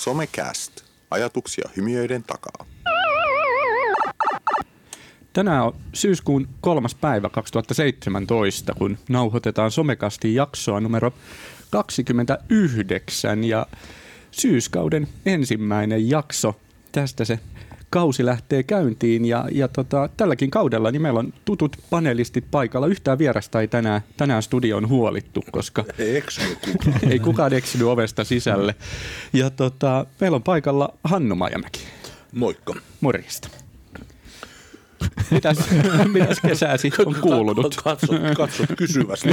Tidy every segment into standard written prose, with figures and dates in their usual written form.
Somecast. Ajatuksia hymiöiden takaa. Tänään on syyskuun 3. päivä 2017, kun nauhoitetaan Somecastin jaksoa numero 29 ja syyskauden ensimmäinen jakso. Tästä se kausi lähtee käyntiin ja tälläkin kaudella niin meillä on tutut panelistit paikalla. Yhtään vierasta ei tänään studioon huolittu, koska ei kukaan eksynyt ovesta sisälle. Ja meillä on paikalla Hannu Majamäki. Moikka. Morjesta. Mitäs kesääsi on kuulunut? Katsot kysyvästi.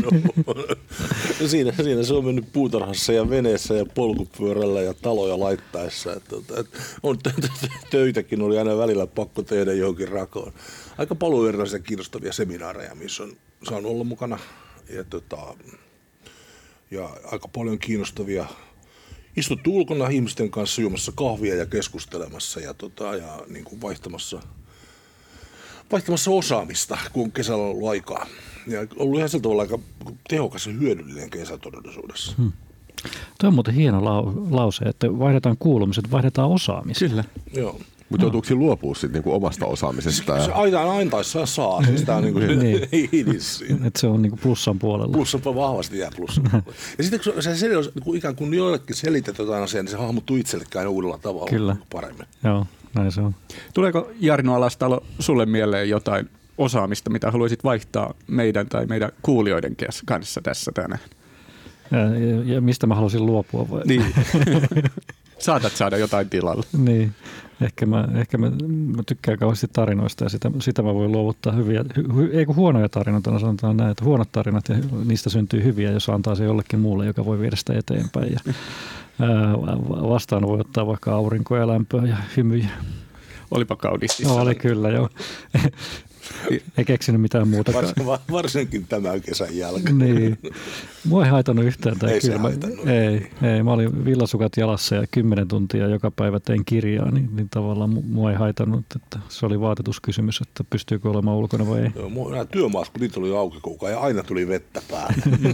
Siinä se on mennyt puutarhassa ja veneessä ja polkupyörällä ja taloja laittaessa. Töitäkin oli aina välillä pakko tehdä johonkin rakoon. Aika paljon erilaisia kiinnostavia seminaareja, missä on saanut olla mukana. Ja aika paljon kiinnostavia. Istuttu ulkona ihmisten kanssa juomassa kahvia ja keskustelemassa ja niin kuin vaihtamassa osaamista, kun kesällä on ollut aikaa. Ja ollut ihan sillä tavalla aika tehokas ja hyödyllinen kesä todellisuudessa. Tuo on muuten hieno lause, että vaihdetaan kuulumiset, vaihdetaan osaamista. Kyllä. Joo. Mutta joutuuko siinä luopua sitten niinku omasta osaamisesta? Se aina saa. Siis tämä on että se on niinku plussan puolella. Plussan vahvasti jää plussan puolella. Ja sitten kun se ikään kuin joillekin selität jotain asiaa, niin se hahmottuu itsellekään uudella tavalla. Kyllä. Paremmin. Joo, näin se on. Tuleeko Jarno Alastalo sulle mieleen jotain osaamista, mitä haluaisit vaihtaa meidän tai meidän kuulijoiden kanssa tässä tänään? Ja mistä mä haluaisin luopua vai? Niin. Saatat saada jotain tilalle. Niin. Ehkä mä tykkään kauheasti tarinoista ja sitä mä voin luovuttaa hyviä, ei kun huonoja tarinoita, sanotaan näin, että huonot tarinat ja niistä syntyy hyviä, jos antaa se jollekin muulle, joka voi viedä sitä eteenpäin. Ja, vastaan voi ottaa vaikka aurinkoa ja lämpöä ja hymyjä. Olipa kauniisti. No, oli kyllä, joo. Ei keksinyt mitään muuta. Varsinkin tämän kesän jälkeen. Niin. Mua ei haitannut yhtään. Ei se haitannut. Ei. Mä olin villasukat jalassa ja 10 tuntia joka päivä tein kirjaa, niin tavallaan mua ei haitannut. Että se oli vaatetuskysymys, että pystyykö olemaan ulkona vai ei. Joo, nämä työmaat, kun niitä oli auki koko ja aina tuli vettä päälle.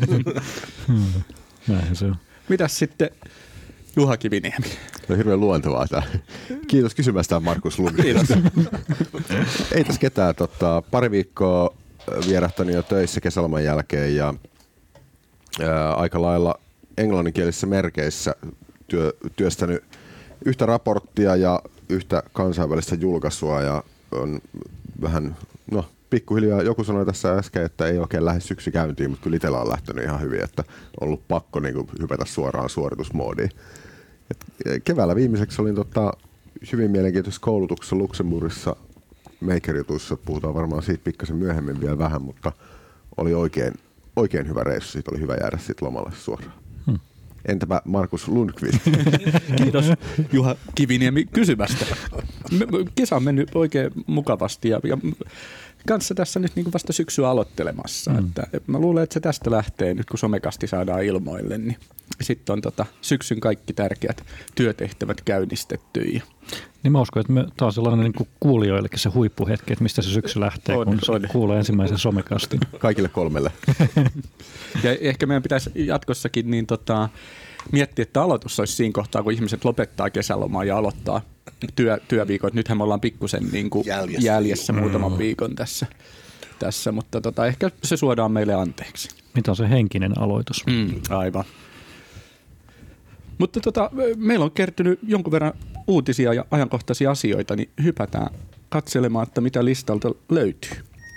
Näin se on. Mitäs sitten Juha Kiviniemi? No hirveän luontevaa tämä. Kiitos kysymästä, Markus Lundqvist. Ei tässä ketään. Pari viikkoa vierähtänyt jo töissä kesäloman jälkeen ja aika lailla englanninkielisissä merkeissä työstänyt yhtä raporttia ja yhtä kansainvälistä julkaisua ja on vähän, pikkuhiljaa joku sanoi tässä äsken, että ei oikein lähde syksy käyntiin, mutta kyllä itsellä on lähtenyt ihan hyvin, että on ollut pakko niin kuin hypätä suoraan suoritusmoodiin. Keväällä viimeiseksi olin hyvin mielenkiintoisessa koulutuksessa Luxemburgissa Maker-jutuissa. Puhutaan varmaan siitä pikkasen myöhemmin vielä vähän, mutta oli oikein hyvä reissu. Siitä oli hyvä jäädä siitä lomalle suoraan. Entäpä Markus Lundqvist? Kiitos Juha Kiviniemi kysymästä. Kesä on mennyt oikein mukavasti ja kanssa tässä nyt niin kuin vasta syksyä aloittelemassa. Että mä luulen, että se tästä lähtee nyt, kun Somecasti saadaan ilmoille, niin sitten on syksyn kaikki tärkeät työtehtävät käynnistetty. Niin mä uskon, että tämä on sellainen niin kuin kuulijoillekin se huippuhetki, että mistä se syksy lähtee, kun kuulee ensimmäisen Somecastin. Kaikille 3. Ja ehkä meidän pitäisi jatkossakin miettiä, että aloitus olisi siinä kohtaa, kun ihmiset lopettaa kesälomaa ja aloittaa työviikot. Nythän me ollaan pikkusen niin kuin jäljessä muutaman viikon tässä mutta ehkä se suodaan meille anteeksi. Mitä on se henkinen aloitus? Aivan. Mutta meillä on kertynyt jonkun verran uutisia ja ajankohtaisia asioita, niin hypätään katselemaan, että mitä listalta löytyy.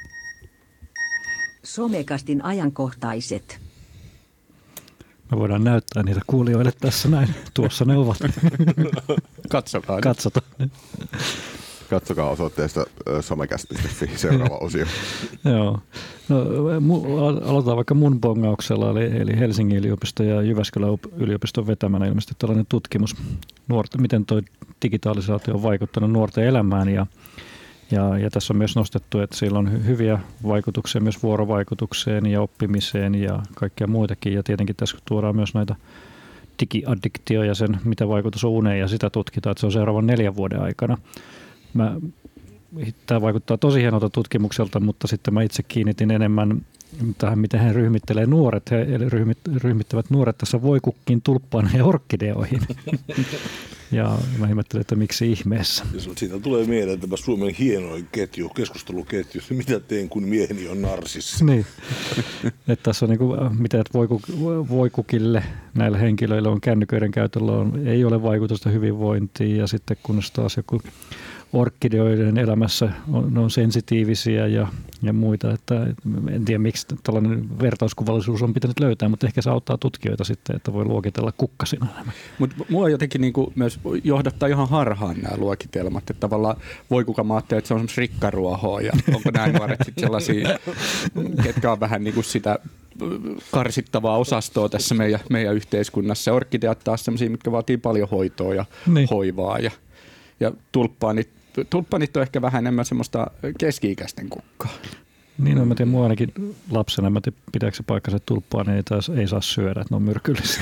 Somecastin ajankohtaiset. Me voidaan näyttää niitä kuulijoille tässä näin. Tuossa ne ovat. Katsotaan. Katsokaa osoitteesta somecast.fi seuraava osio. Joo. No, aloitetaan vaikka mun bongauksella, eli Helsingin yliopisto ja Jyväskylän yliopiston vetämänä ilmeisesti tällainen tutkimus, miten tuo digitalisaatio on vaikuttanut nuorten elämään. Ja tässä on myös nostettu, että sillä on hyviä vaikutuksia myös vuorovaikutukseen ja oppimiseen ja kaikkea muitakin. Ja tietenkin tässä tuodaan myös näitä digiaddiktio ja sen, mitä vaikutus on uneen, ja sitä tutkitaan, että se on seuraavan 4 vuoden aikana. Tämä vaikuttaa tosi hienolta tutkimukselta, mutta sitten mä itse kiinnitin enemmän tähän, miten he ryhmittelee nuoret. He ryhmittävät nuoret tässä voikukkiin, tulppaan ja orkideoihin. Ja mä ihmettelen, että miksi ihmeessä. Siitä tulee mieleen tämä Suomen hienoin ketju, keskusteluketju, mitä teen, kun mieheni on narsissa. Niin. Että tässä on mitä voikukille näillä henkilöillä on kännyköiden käytöllä ei ole vaikutusta hyvinvointiin ja sitten kun taas joku orkideoiden elämässä ne on sensitiivisiä ja muita, että en tiedä miksi tällainen vertauskuvallisuus on pitänyt löytää, mutta ehkä se auttaa tutkijoita sitten, että voi luokitella kukkasina nämä. Mutta mua jotenkin myös johdattaa ihan harhaan nämä luokitelmat, että tavallaan voikuka mä ajattelin, että se on semmoista rikkaruohoa ja onko nämä nuoret sitten sellaisia, ketkä on vähän niin kuin sitä karsittavaa osastoa tässä meidän yhteiskunnassa. Orkideat taas sellaisia, mitkä vaatii paljon hoitoa ja hoivaa ja tulppaanit on ehkä vähän enemmän semmoista keski-ikäisten kukkaa. Niin on, mä tiedän, mua ainakin lapsena, mä tiedän, pitääkö se paikkansa, että tulppaan ei saa syödä, että ne on myrkyllisiä.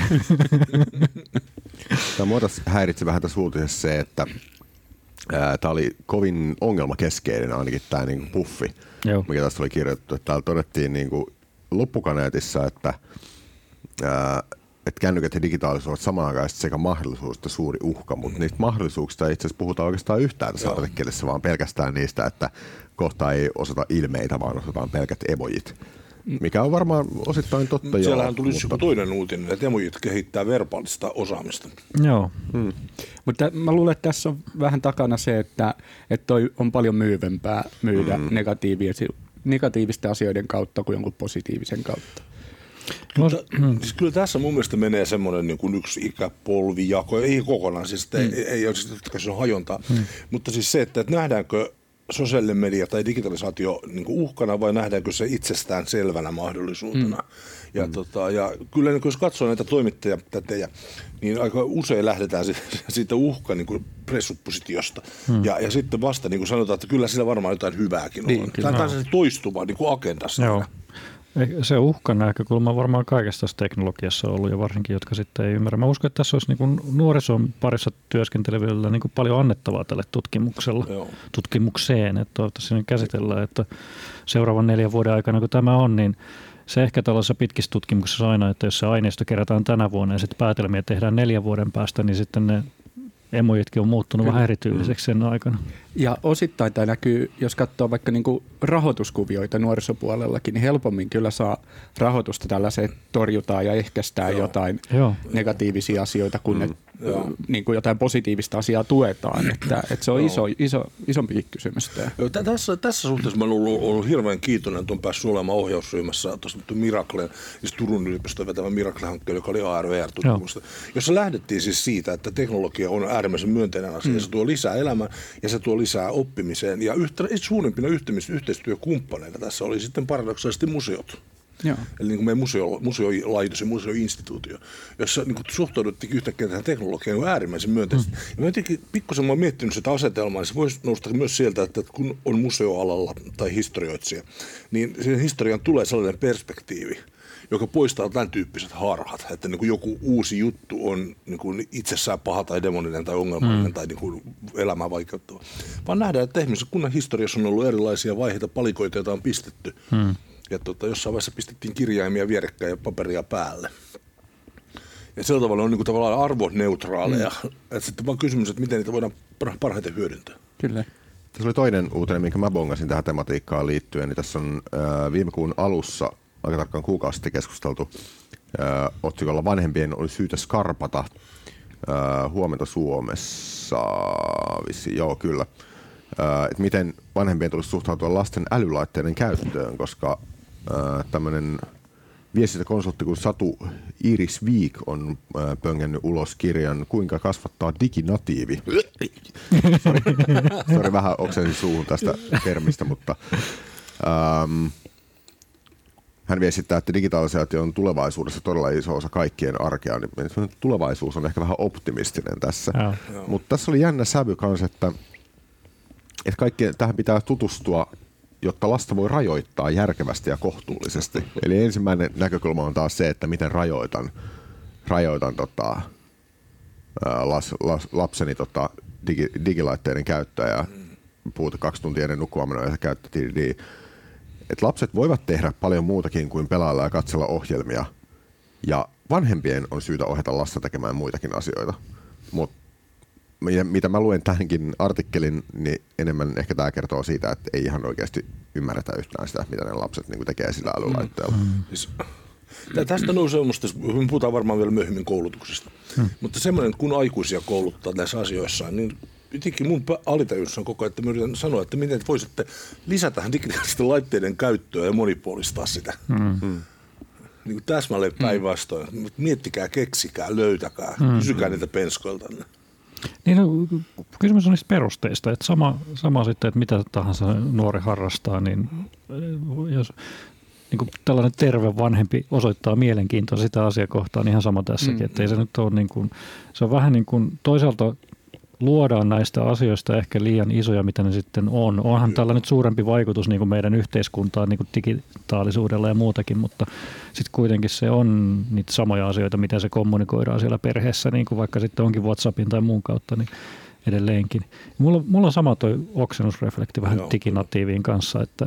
Mua häiritsi vähän tässä uutisessa se, että tämä oli kovin ongelmakeskeinen ainakin tämä niin puffi, mikä tästä oli kirjoitettu. Täällä todettiin niin loppukaneetissa, että kännykät ja digitaalisuus ovat samanaikaisesti sekä mahdollisuus että suuri uhka, mutta niistä mahdollisuuksista ei itse asiassa puhuta oikeastaan yhtään tässä artikkelissa, vaan pelkästään niistä, että kohta ei osata ilmeitä, vaan osataan pelkät emojit. Mikä on varmaan osittain totta. Siellähän tulisi joku toinen uutinen, että emojit kehittää verbaalista osaamista. Joo. Mutta mä luulen, että tässä on vähän takana se, että toi on paljon myyvempää myydä negatiivisten asioiden kautta kuin jonkun positiivisen kautta. Siis kyllä tässä mun mielestä menee semmoinen niin kuin yksi ikäpolvijako, ei kokonaan, siis ei ole se on hajontaa, mutta siis se, että nähdäänkö sosiaalinen media tai digitalisaatio niin kuin uhkana vai nähdäänkö se itsestään selvänä mahdollisuutena. Ja kyllä niin jos katsoo näitä toimittajatätejä, niin aika usein lähdetään siitä uhkan niin kuin presuppositiosta. Ja sitten vasta niin kuin sanotaan, että kyllä sillä varmaan jotain hyvääkin on. Tämä on se toistuva niin kuin agenda siinä. Se uhkan näkökulma varmaan kaikessa tässä teknologiassa on ollut ja varsinkin, jotka sitten ei ymmärrä. Mä uskon, että tässä olisi niin kuin nuorison parissa työskentelevillä niin kuin paljon annettavaa tälle tutkimukseen. Että toivottavasti nyt käsitellään, että seuraavan 4 vuoden aikana, kun tämä on, niin se ehkä tällaisessa pitkissä tutkimuksessa aina, että jos se aineisto kerätään tänä vuonna ja sitten päätelmiä tehdään 4 vuoden päästä, niin sitten ne emojitkin on muuttunut vähän erityyliseksi sen aikana. Ja osittain tämä näkyy, jos katsoo vaikka niinku rahoituskuvioita nuorisopuolellakin, niin helpommin kyllä saa rahoitusta tällaiseen, torjutaan ja ehkäistään jotain negatiivisia asioita, kun niin kuin jotain positiivista asiaa tuetaan. Että se on isompi kysymys. Tässä suhteessa mä olen ollut hirveän kiitollinen, että on päässyt olemaan ohjausryhmässä tuossa Miracle, siis Turun yliopiston vetävä Miracle-hankkeen, joka oli ARVR-tutkimusta, jossa lähdettiin siis siitä, että teknologia on äärimmäisen myönteinen asia. Ja se tuo lisää elämää ja se tuo lisää oppimiseen. Ja suurimpina yhteistyökumppaneina tässä oli sitten paradoksaalisesti museot. Joo. Eli niin kuin meidän museolaitos ja museoinstituutio, jossa niin suhtauduttiin yhtäkkiä tähän teknologiaan äärimmäisen myönteisesti. Ja mä jotenkin pikkusen mä oon miettinyt sitä asetelmaa, niin se voisi nousta myös sieltä, että kun on museoalalla tai historioitsija, niin sen historian tulee sellainen perspektiivi, joka poistaa tämän tyyppiset harhat, että niin kuin joku uusi juttu on niin kuin itsessään paha tai demoninen tai ongelmallinen tai niin kuin elämää vaikeuttava. Vaan nähdään, että ihmisen kunnan historiassa on ollut erilaisia vaiheita, palikoita, joita on pistetty. Ja jossain vaiheessa pistettiin kirjaimia vierekkäin ja paperia päälle. Ja sillä tavalla on niin kuin tavallaan arvoneutraaleja. Että sitten vaan kysymys, että miten niitä voidaan parhaiten hyödyntää. Kyllä. Tässä oli toinen uutinen, minkä mä bongasin tähän tematiikkaan liittyen. Niin tässä on viime kuun alussa, aika tarkkaan kuukausi sitten keskusteltu, otsikolla vanhempien oli syytä skarpata huomenta Suomessa. Joo, kyllä. Että miten vanhempien tulisi suhtautua lasten älylaitteiden käyttöön, koska tämmöinen viestintäkonsultti kuin Satu Iris Viik on pöngännyt ulos kirjan Kuinka kasvattaa diginatiivi. Sori, vähän oksensin suuhun tästä termistä, mutta hän viestittää, että digitalisaatio on tulevaisuudessa todella iso osa kaikkien arkea. Niin tulevaisuus on ehkä vähän optimistinen tässä. Mutta tässä oli jännä sävy kanssa, että kaikkeen tähän pitää tutustua, jotta lasta voi rajoittaa järkevästi ja kohtuullisesti. Eli ensimmäinen näkökulma on taas se, että miten rajoitan lapseni digilaitteiden käyttöä ja puhuta 2 tuntia ennen nukkumaan ja käyttätiin. että lapset voivat tehdä paljon muutakin kuin pelailla ja katsella ohjelmia. Ja vanhempien on syytä ohjata lasta tekemään muitakin asioita. Mutta mitä mä luen tähänkin artikkelin, niin enemmän ehkä tämä kertoo siitä, että ei ihan oikeasti ymmärretä yhtään sitä, mitä ne lapset niin tekee sillä älylaitteella. Siis, tästä nousee musta, me puhutaan varmaan vielä myöhemmin koulutuksesta, mutta semmoinen, kun aikuisia kouluttaa näissä asioissa, niin jotenkin mun alitajuudessa on koko ajan, että mä yritän sanoa, että miten voisitte lisätä digitaalisten laitteiden käyttöä ja monipuolistaa sitä. Niin kuin täsmälleen päinvastoin. Miettikää, keksikää, löytäkää, kysykää niitä penskoiltanne. Niin, no, kysymys on niistä perusteista. Että sama sitten, että mitä tahansa nuori harrastaa, niin jos niin kuin tällainen terve vanhempi osoittaa mielenkiintoa sitä asiakohtaa, niin ihan sama tässäkin. Että ei se nyt ole niin kuin, se on vähän niin kuin toisaalta luodaan näistä asioista ehkä liian isoja, mitä ne sitten on. Onhan tällä nyt suurempi vaikutus niin kuin meidän yhteiskuntaan niin kuin digitaalisuudella ja muutakin, mutta sitten kuitenkin se on niitä samoja asioita, miten se kommunikoidaan siellä perheessä, niin kuin vaikka sitten onkin WhatsAppin tai muun kautta, niin edelleenkin. Mulla on sama toi oksennusreflekti vähän diginatiiviin kanssa, että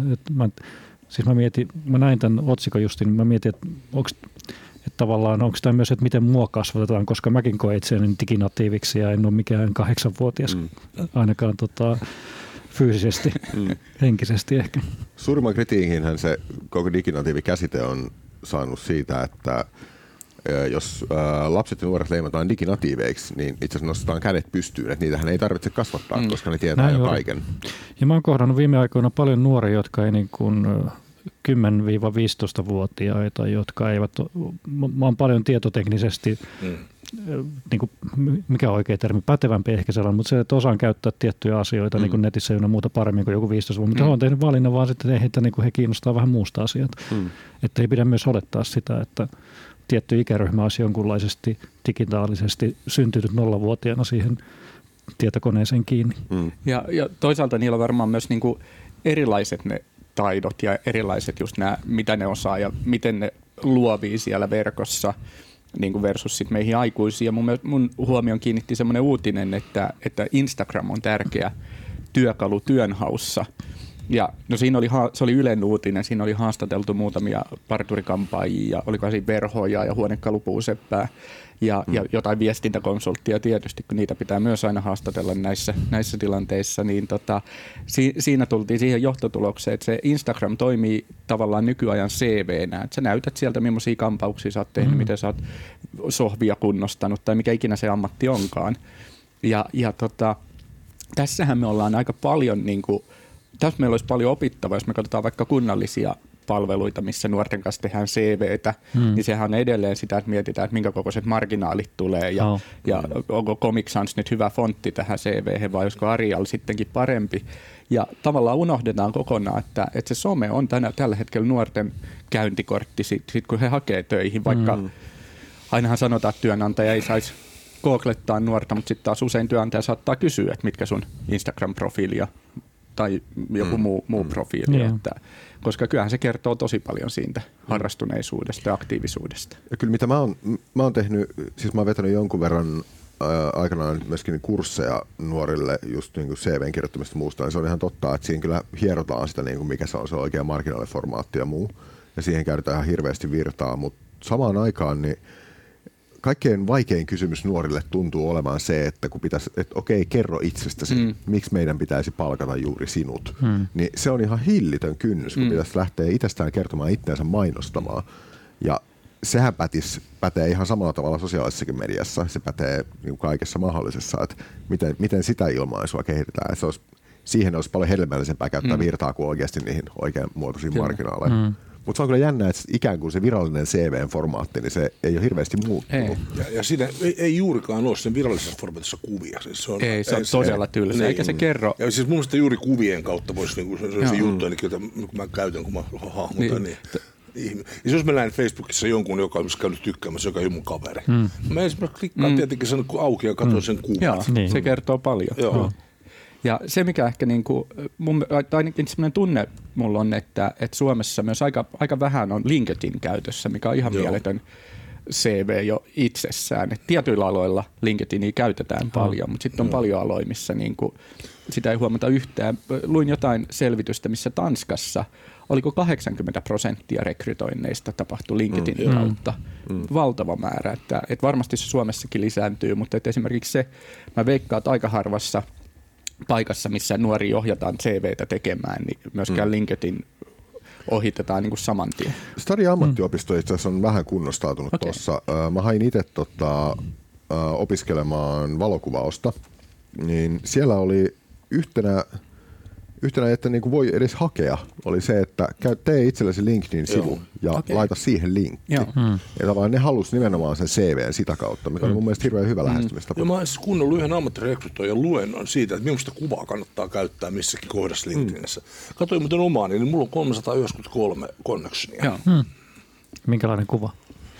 mä näin tämän otsikon justin, mä mietin, että tavallaan onko tämä myös, että miten mua kasvatetaan, koska mäkin koen itseäni diginatiiviksi ja en ole mikään 8-vuotias ainakaan fyysisesti, henkisesti ehkä. Suurimman kritiikinhän se koko diginatiivikäsite on saanut siitä, että jos lapset ja nuoret leimataan diginatiiveiksi, niin itse asiassa nostetaan kädet pystyyn, että niitähän ei tarvitse kasvattaa, koska ne tietää jo kaiken. Ja mä oon kohdannut viime aikoina paljon nuoria, jotka ei niin kuin 10-15-vuotiaita, jotka eivät, mä oon paljon tietoteknisesti, niin kuin, mikä on oikea termi, pätevämpi ehkä sellainen, mutta se, että osaan käyttää tiettyjä asioita niin kuin netissä ja muuta paremmin kuin joku 15 vuotta, mutta he on tehnyt valinnan vaan sitten, että niin kuin he kiinnostaa vähän muusta asiat. Että ei pidä myös olettaa sitä, että tietty ikäryhmä olisi jonkunlaisesti digitaalisesti syntynyt 0-vuotiaana siihen tietokoneeseen kiinni. Ja toisaalta niillä on varmaan myös niin kuin erilaiset ne taidot ja erilaiset just nämä, mitä ne osaa ja miten ne luovii siellä verkossa niin kuin versus sit meihin aikuisiin. Ja mun huomioon kiinnitti semmoinen uutinen, että Instagram on tärkeä työkalu työnhaussa. Ja no se oli Ylen uutinen, siinä oli haastateltu muutamia parturikampaajia, ja olikohan siinä verhoja ja huonekalupuuseppää ja jotain viestintäkonsulttia tietysti, kun niitä pitää myös aina haastatella näissä tilanteissa, niin siinä tultiin siihen johtotulokseen, että se Instagram toimii tavallaan nykyajan CV:nä, että sä näytät sieltä, millaisia kampauksia sä oot tehnyt, miten sä oot sohvia kunnostanut tai mikä ikinä se ammatti onkaan. Ja tässähän me ollaan aika paljon niin kuin, tässä meillä olisi paljon opittavaa, jos me katsotaan vaikka kunnallisia palveluita, missä nuorten kanssa tehdään CV:tä, niin sehän on edelleen sitä, että mietitään, että minkä kokoiset marginaalit tulee ja onko Comic Sans nyt hyvä fontti tähän CV:hen vai olisiko Arial sittenkin parempi. Ja tavallaan unohdetaan kokonaan, että se some on tällä hetkellä nuorten käyntikortti, sit kun he hakee töihin, vaikka ainahan sanotaan, että työnantaja ei saisi googlettaa nuorta, mutta sitten taas usein työnantaja saattaa kysyä, että mitkä sun Instagram-profiili tai joku muu profiili, koska kyllähän se kertoo tosi paljon siitä harrastuneisuudesta ja aktiivisuudesta. Ja kyllä mitä mä oon tehnyt, siis mä oon vetänyt jonkun verran aikanaan myöskin kursseja nuorille just niin kuin CV:n kirjoittamista muusta, niin se on ihan totta, että siinä kyllä hierotaan sitä, niin kuin mikä se on se oikea marginaaliformaatti ja muu, ja siihen käytetään ihan hirveästi virtaa, mutta samaan aikaan niin kaikkein vaikein kysymys nuorille tuntuu olemaan se, että kun pitäisi, että okei, kerro itsestäsi, miksi meidän pitäisi palkata juuri sinut. Niin se on ihan hillitön kynnys, kun pitäisi lähteä itsestään kertomaan itseänsä mainostamaan. Ja sehän pätee ihan samalla tavalla sosiaalisessakin mediassa. Se pätee niin kaikessa mahdollisessa, että miten sitä ilmaisua kehitetään. Siihen olisi paljon hedelmällisempää käyttää virtaa kuin oikeasti niihin oikeanmuotoisiin marginaaleja. Mutta se on kyllä jännä, että ikään kuin se virallinen CV-formaatti, niin se ei ole hirveästi muuttunut. Ja siinä ei juurikaan ole sen virallisessa formaatissa kuvia. Siis se on todella tylsä, eikä se kerro. Ja siis mun mielestä juuri kuvien kautta voisi, niin se on se juttu, jota mä käytän, kun mä hahmotan. Niin. Ja jos mä näen Facebookissa jonkun, joka on käynyt tykkäämässä, joka ei ole mun kaveri. Mä esimerkiksi klikkaan tietenkin sen auki ja katson sen kuvan. Joo, se kertoo paljon. Joo. Ja se, mikä ehkä niin kuin, ainakin sellainen tunne mulla on, että Suomessa myös aika vähän on LinkedIn käytössä, mikä on ihan mieletön CV jo itsessään. Et tietyillä aloilla LinkedInia käytetään paljon, mutta sitten on paljon aloja, missä niinku sitä ei huomata yhtään. Luin jotain selvitystä, missä Tanskassa oliko 80% rekrytoinneista tapahtui LinkedInin kautta. Valtava määrä. Että varmasti se Suomessakin lisääntyy, mutta esimerkiksi se, mä veikkaan, että aika harvassa paikassa, missä nuori ohjataan CVtä tekemään, niin myöskään LinkedIn ohitetaan niin kuin saman tien. Stadi ammattiopisto itse asiassa on vähän kunnostautunut tuossa. Mä hain itse opiskelemaan valokuvausta, niin siellä oli yhtenä että niin kuin voi edes hakea, oli se, että tee itsellesi LinkedIn-sivu ja laita siihen linkki. Ja tavallaan ne halusi nimenomaan sen CVn sitä kautta, mikä on mun mielestä hirveän hyvä lähestymistapa. Ja mä olen siis kuunnellut yhden ammattirekrytoijan luennon siitä, että millaista kuvaa kannattaa käyttää missäkin kohdassa LinkedInissä. Katoin muuten omaani, niin mulla on 393 connectionia. Minkälainen kuva?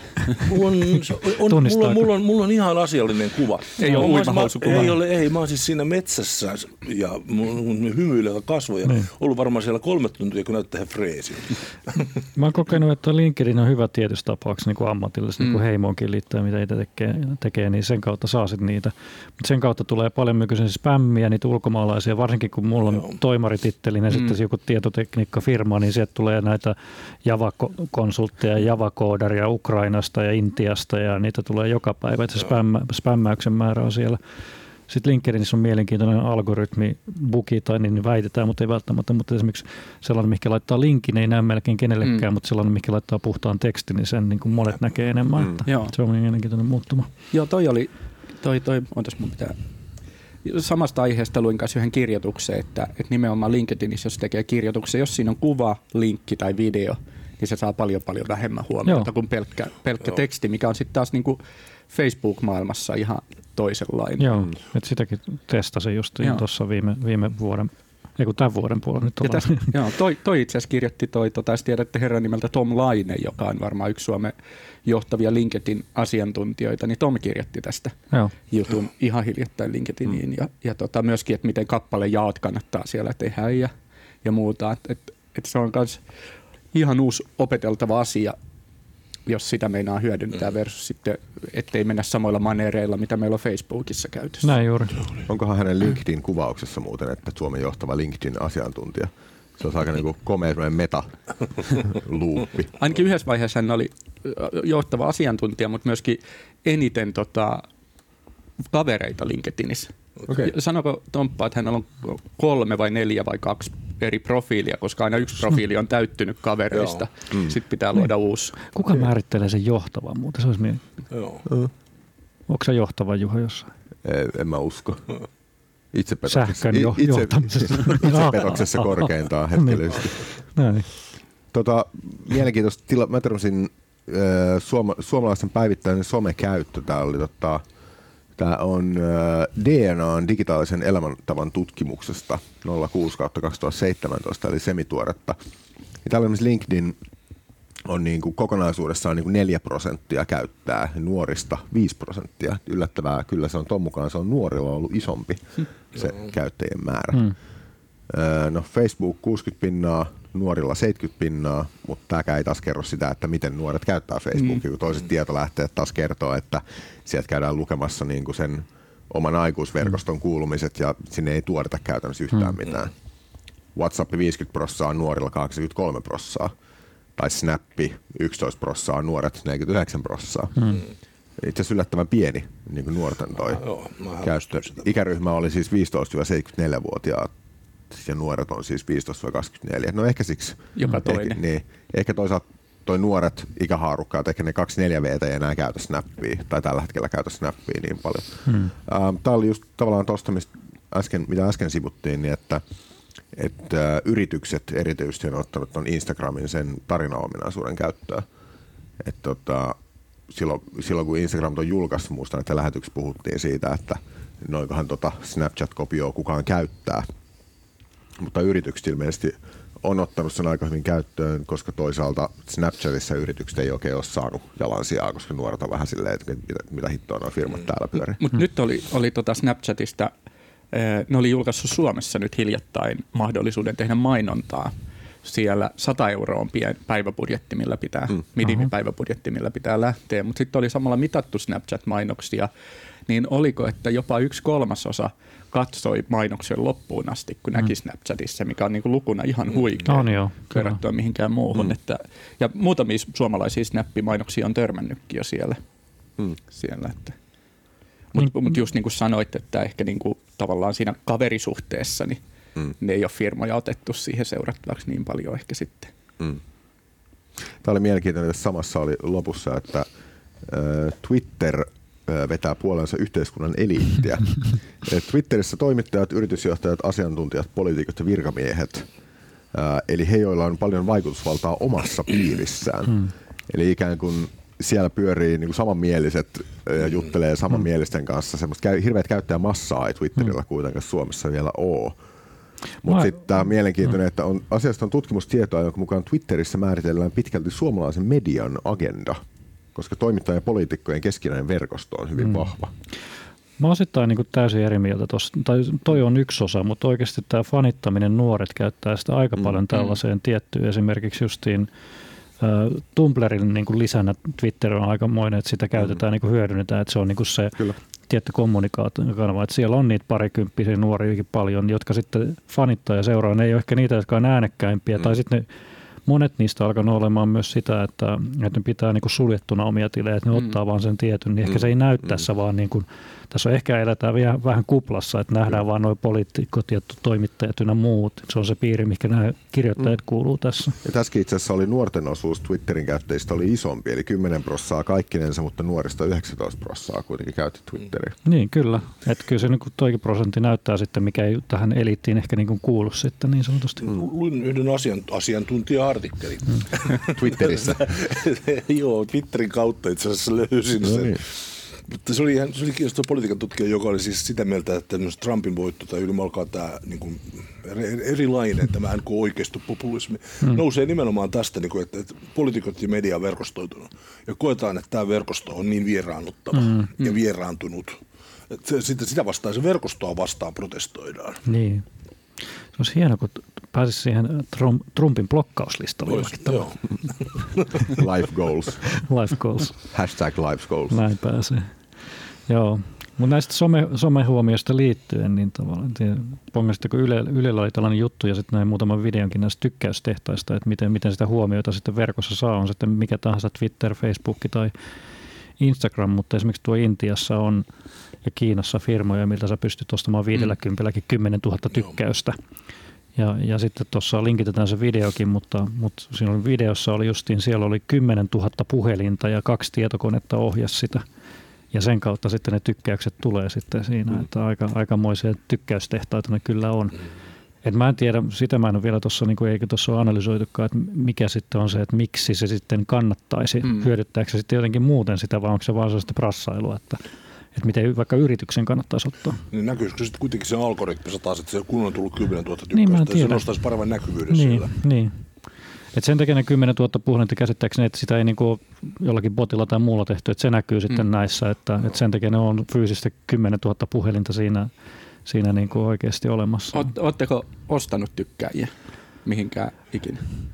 Mulla on ihan asiallinen kuva. Ei ole uimahousukuva. Ei, mä oon siis siinä metsässä ja mun hymyilevä kasvoja. Ollut varmaan siellä 3 tuntia, kun näyttää freesin. Mä oon kokenut, että LinkedIn on hyvä tietyssä tapauksessa niin ammatillisesti, niin kuin heimoonkin liittyen, mitä itse tekee, niin sen kautta saa sit niitä. Mutta sen kautta tulee paljon nykyisen spämmiä, niitä ulkomaalaisia, varsinkin kun mulla on toimarititteli ja sitten joku tietotekniikkafirma, niin sieltä tulee näitä Java-konsultteja, Java-koodaria Ukrainasta ja Intiasta ja niitä tulee joka päivä, että se spämmäyksen määrä on siellä. Sitten LinkedInissä on mielenkiintoinen algoritmi, bugi tai niin väitetään, mutta ei välttämättä. Mutta esimerkiksi sellainen, mikä laittaa linkin, ei näy melkein kenellekään, mutta sellainen, mikä laittaa puhtaan tekstin, niin sen niin kuin monet näkee enemmän. Että se on mielenkiintoinen muuttuma. Joo, ontas mun pitää. Samasta aiheesta luin kanssa yhden kirjoituksen, että nimenomaan LinkedInissä, jos tekee kirjoituksen, jos siinä on kuva, linkki tai video, niin se saa paljon vähemmän huomiota kuin pelkkä teksti, mikä on sitten taas niinku Facebook-maailmassa ihan toisenlainen. Joo, että sitäkin testasin just tuossa viime vuoden, tämän vuoden puolella nyt ollaan. Toi itse asiassa kirjoitti jos tiedätte herran nimeltä Tom Laine, joka on varmaan yksi Suomen johtavia LinkedIn-asiantuntijoita, niin Tom kirjoitti tästä jutun ihan hiljattain LinkedIniin ja myöskin, että miten kappalejaot kannattaa siellä tehdä ja muuta, että se on myös ihan uusi opeteltava asia, jos sitä meinaa hyödyntää versus sitten, ettei mennä samoilla manereilla, mitä meillä on Facebookissa käytössä. Näin juuri. Onkohan hänen LinkedIn-kuvauksessa muuten, että Suomen johtava LinkedIn-asiantuntija? Se on aika niin komea meta-luuppi. Ainakin yhdessä vaiheessa hän oli johtava asiantuntija, mutta myöskin eniten kavereita LinkedInissä. Okay. Sanoiko Tomppa, että hänellä on 3 vai 4 vai 2 eri profiilia, koska aina yksi profiili on täyttynyt kavereista. Sitten pitää luoda uusi. Kuka määrittelee sen johtavan muuten? Se olisi mielenkiintoista. Onko se johtava Juha jossain? En mä usko. Itsepetoksessa korkeintaan hetkellisesti. Mielenkiintoista. Mä törmäsin suomalaisten päivittäinen somekäyttö. Tämä on DNAn digitaalisen elämäntavan tutkimuksesta 06/2017, eli semituoretta. Ja tällä LinkedIn on niin kuin kokonaisuudessaan niin kuin 4% käyttää, nuorista 5%. Yllättävää, kyllä se on ton mukaan, se on nuorilla ollut isompi se käyttäjien määrä. No Facebook 60%, nuorilla 70%, mutta tämäkään ei taas kerro sitä, että miten nuoret käyttää Facebookia, kun toiset tietolähteet taas kertoo, että sieltä käydään lukemassa niin kuin sen oman aikuisverkoston kuulumiset ja sinne ei tuodeta käytännössä yhtään mitään. WhatsApp 50%, nuorilla 83%, tai Snappi 11%, nuoret 49%. Itse asiassa yllättävän pieni niin kuin nuorten toi käyttö. Ikäryhmä oli siis 15-74-vuotiaat. Ja nuoret on siis 15-24. No ehkä siksi. Joka toinen. Niin, ehkä toisaalta toi nuoret ikähaarukkaat, ehkä ne 24-vuotiaat ei enää käytä Snappia, tai tällä hetkellä käytä Snappia niin paljon. Tämä oli just tavallaan tuosta, mitä äsken sivuttiin, niin että yritykset erityisesti on ottanut ton Instagramin sen tarinaominaisuuden käyttöön. Silloin kun Instagram on julkaissut, muistan, että lähetyksessä puhuttiin siitä, että noinkohan Snapchat-kopioa kukaan käyttää. Mutta yritykset ilmeisesti on ottanut sen aika hyvin käyttöön, koska toisaalta Snapchatissa yritykset ei oikein ole saanut jalansijaa, koska nuoret on vähän silleen, että mitä hittoa nuo firmat täällä pyörii. Mutta nyt oli Snapchatista, ne oli julkaissut Suomessa nyt hiljattain mahdollisuuden tehdä mainontaa siellä 100 € on päiväbudjetti, millä pitää, minimipäiväbudjetti, millä pitää lähteä, mutta sitten oli samalla mitattu Snapchat-mainoksia, niin oliko, että jopa 1/3 katsoi mainoksen loppuun asti, kun näki Snapchatissa, mikä on niin kuin lukuna ihan huikea verrattuna mihinkään muuhun. Ja muutamia suomalaisia Snappi-mainoksia on törmännytkin jo siellä. Mutta just niin kuin sanoit, että ehkä niin kuin tavallaan siinä kaverisuhteessa niin ne ei ole firmoja otettu siihen seurattavaksi niin paljon ehkä sitten. Tämä oli mielenkiintoinen, että samassa oli lopussa, että Twitter vetää puolensa yhteiskunnan eliittiä. Twitterissä toimittajat, yritysjohtajat, asiantuntijat, poliitikot ja virkamiehet, eli he, joilla on paljon vaikutusvaltaa omassa piirissään. Eli ikään kuin siellä pyörii niin kuin samanmieliset ja juttelee samanmielisten kanssa. Semmoista hirveät käyttäjämassaa ei Twitterillä kuitenkaan Suomessa vielä ole. Mutta sitten tämä on mielenkiintoinen, että asiasta on tutkimustietoa, jonka mukaan Twitterissä määritellään pitkälti suomalaisen median agenda, koska toimittajien ja poliitikkojen keskinäinen verkosto on hyvin vahva. Mä oon osittain niin täysin eri mieltä tuossa. Toi on yksi osa, mutta oikeasti tämä fanittaminen, nuoret käyttää sitä aika paljon tällaiseen tiettyyn. Esimerkiksi justiin Tumblrin niin lisänä Twitter on aikamoinen, että sitä käytetään, niin hyödynnetään, että se on niin se tietty kommunikaatiokanava. Että siellä on niitä parikymppisiä nuoriakin paljon, jotka sitten fanittaa ja seuraa. Ne ei ole ehkä niitä, jotka on äänekkäimpiä. Tai sitten monet niistä on alkanut olemaan myös sitä, että ne pitää niin suljettuna omia tilejä, että ne ottaa vaan sen tietyn. Niin ehkä se ei näy tässä, vaan niin kuin, tässä on ehkä eletään vielä vähän kuplassa, että nähdään vaan nuo poliitikot ja toimittajat ynnä muut. Se on se piiri, mikä nämä kirjoittajat kuuluu tässä. Ja tässäkin itse asiassa oli nuorten osuus Twitterin käyttäjistä oli isompi, eli 10% kaikkinensa, mutta nuorista 19% kuitenkin käytti Twitteriä. Niin, kyllä. Että kyllä se niin toikin prosentti näyttää sitten, mikä ei tähän eliittiin ehkä niin kuin kuulu sitten niin sanotusti. Luin yhden asiantuntija-artikkelin. Twitterissä. Joo, Twitterin kautta itse asiassa löysin sen. Niin. Mutta se oli kiinnostava politiikan tutkija, joka oli siis sitä mieltä, että Trumpin voitto tai ylimalkaan tämä niin kuin erilainen, tämä oikeistopopulismi nousee nimenomaan tästä, niin kuin, että poliitikot ja media on verkostoitunut. Ja koetaan, että tämä verkosto on niin vieraannuttava ja vieraantunut. Että sitä vastaan, se verkostoa vastaan protestoidaan. Niin. Se olisi hienoa, kun pääsisi siihen Trumpin blokkauslistalle. Joo. Life goals. Life goals. Hashtag life goals. Näin pääsee. Joo. Mutta näistä somehuomioista liittyen, niin tavallaan pongasitko Ylellä oli tällainen juttu ja sitten näin muutaman videonkin näistä tykkäystehtaista, että miten sitä huomiota sitten verkossa saa, on sitten mikä tahansa Twitter, Facebook tai Instagram, mutta esimerkiksi tuo Intiassa on ja Kiinassa firmoja, miltä sä pystyt ostamaan 50 10 000 tykkäystä. Ja sitten tuossa linkitetään se videokin, mutta siinä oli videossa oli justiin, siellä oli 10 000 puhelinta ja 2 tietokonetta ohjasi sitä. Ja sen kautta sitten ne tykkäykset tulee sitten siinä, että aikamoisia tykkäystehtaita ne kyllä on. Et mä en tiedä, sitä mä en ole vielä tuossa, niin eikö tuossa ole analysoitukaan, että mikä sitten on se, että miksi se sitten kannattaisi. Hyödyttääkö se sitten jotenkin muuten sitä, vai onko se vaan sellaista prassailua, että miten vaikka yrityksen kannattaisi ottaa. Niin näkyisikö sitten kuitenkin se algoritmi taas, että kun on tullut 10 000 tykkäystä, niin se nostaisi paremman näkyvyyden siellä. Niin. Et sen takia ne 10 000 puhelinta käsittääkseni, että sitä ei niinku jollakin botilla tai muulla tehty, että se näkyy sitten näissä, että sen takia ne on fyysisesti 10 000 puhelinta siinä niinku oikeasti olemassa. Oletteko ostanut tykkääjiä mihinkään ikinä?